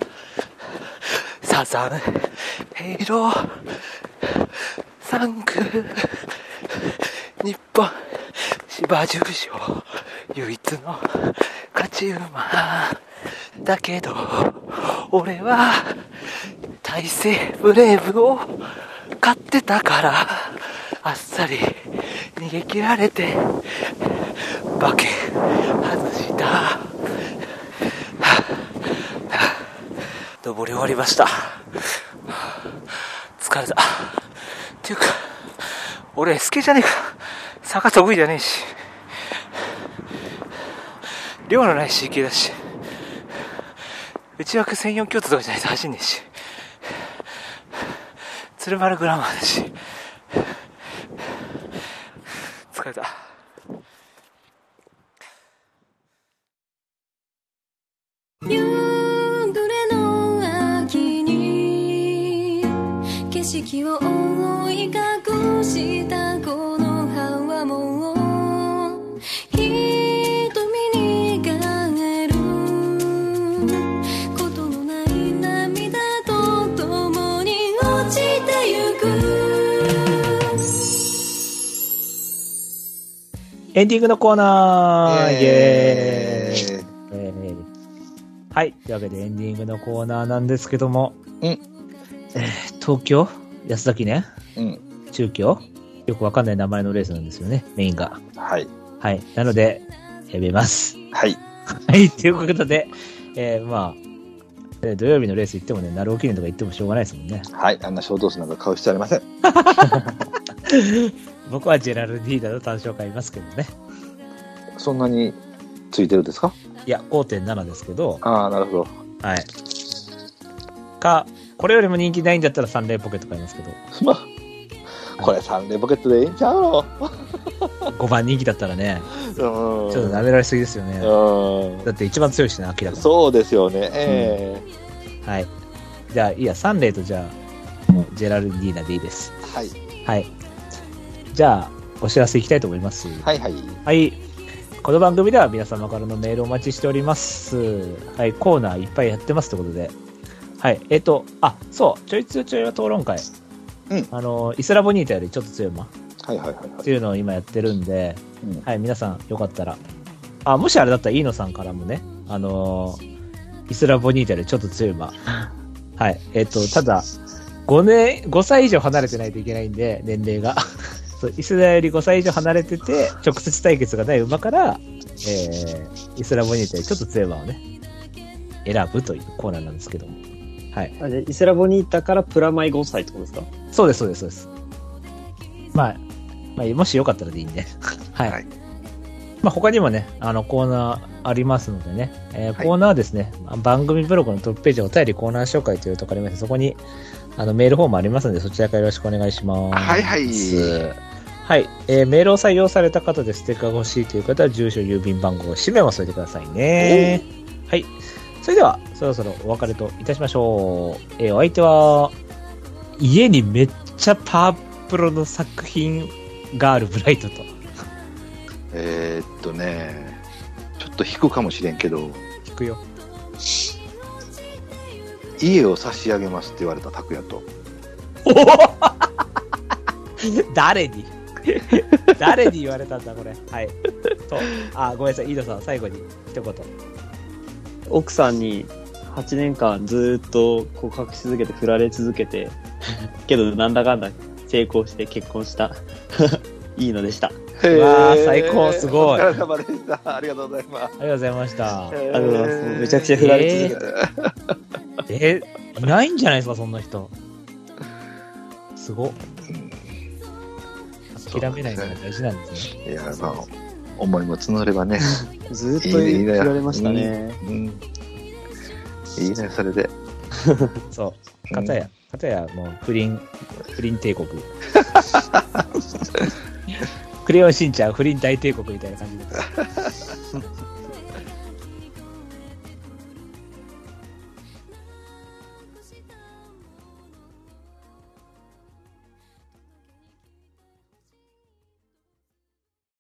サザンヘイローサンク日本芝十賞唯一の勝ち馬だけど俺は大西ブレイブを買ってたからあっさり逃げ切られて馬券外した登り終わりました。疲れた。っていうか俺スケじゃねえか。坂得意じゃねえし量のない CK だし内枠1004京都とかじゃないと走んねえし鶴丸グラマーだし疲れた。
夕暮れの秋に景色を覆い隠したこの葉はもう瞳に輝ることのない涙と共に落ちてゆく。
エンディングのコーナーイエーイ。はい。というわけでエンディングのコーナーなんですけども、東京安田記念、中京よくわかんない名前のレースなんですよね、メインが。
はい。
はい。なので、やめます。
はい。
はい、ということで、まあ、土曜日のレース行ってもね、鳴尾記念とか行ってもしょうがないですもんね。
はい、あんな小動数なんか買う必要ありません。
僕はジェラルディーナの単勝買いますけどね。
そんなについてるんですか？
いや、5.7 ですけど。
ああ、なるほど。
はい。これよりも人気ないんだったらサンレイポケット買いますけど。
まあ、これサンレイポケットでいいんちゃうの
？5番人気だったらね、ちょっと舐められすぎですよね。だって一番強いしね、明らかに。
そうですよね。
はい。じゃあ、いいや、サンレイとじゃあ、ジェラルディーナでいいです。
はい。
はい。じゃあ、お知らせいきたいと思います。
はいはい。
はい。この番組では皆様からのメールをお待ちしております。はい、コーナーいっぱいやってますということで。はい、そう、ちょいつちょいは討論会。イスラボニータよりちょっと強い馬。
はいはいはい。
っていうのを今やってるんで、はい、皆さんよかったら。もしあれだったら、飯野さんからもね、イスラボニータよりちょっと強い馬。はい、ただ、5歳以上離れてないといけないんで、年齢が。イスラより5歳以上離れてて、直接対決がない馬から、イスラボニータよりちょっと強い馬をね、選ぶというコーナーなんですけども。はい。
イスラボニータからプラマイ5歳ってことですか？
そうです、そうです、そうです。まあ、もしよかったらでいいんで。はい。はい、まあ、他にもね、コーナーありますのでね、コーナーはですね、番組ブログのトップページお便りコーナー紹介というところありまして、そこに、メールフォームありますので、そちらからよろしくお願いします。
はいはい。
はい。メールを採用された方でステッカーが欲しいという方は、住所、郵便番号、氏名も添えてくださいね。はい。それでは、そろそろお別れといたしましょう。お相手は、家にめっちゃパワープロの作品があるブライトと。
ちょっと引くかもしれんけど。
引くよ。
家を差し上げますって言われた拓也と。
誰に誰に言われたんだこれ。はい。ごめんなさい、飯田さん、最後に一言。
奥さんに8年間ずっと告白し続けて振られ続けて、けどなんだかんだ成功して結婚したいいのでした。
わー、最高、すごい。
お疲れ様でした。ありがとうございます。
ありがとうございました。
ありがとうございます。めちゃくちゃ振られ続けて。
いないんじゃないですか、そんな人。すごっ。諦めないのが大事なんですね。
いや、まあ、思いも募ればね。
ずっと振られましたね。
いいね、それで。
そう。片やもう不倫帝国。クレヨンしんちゃん不倫大帝国みたいな感じで。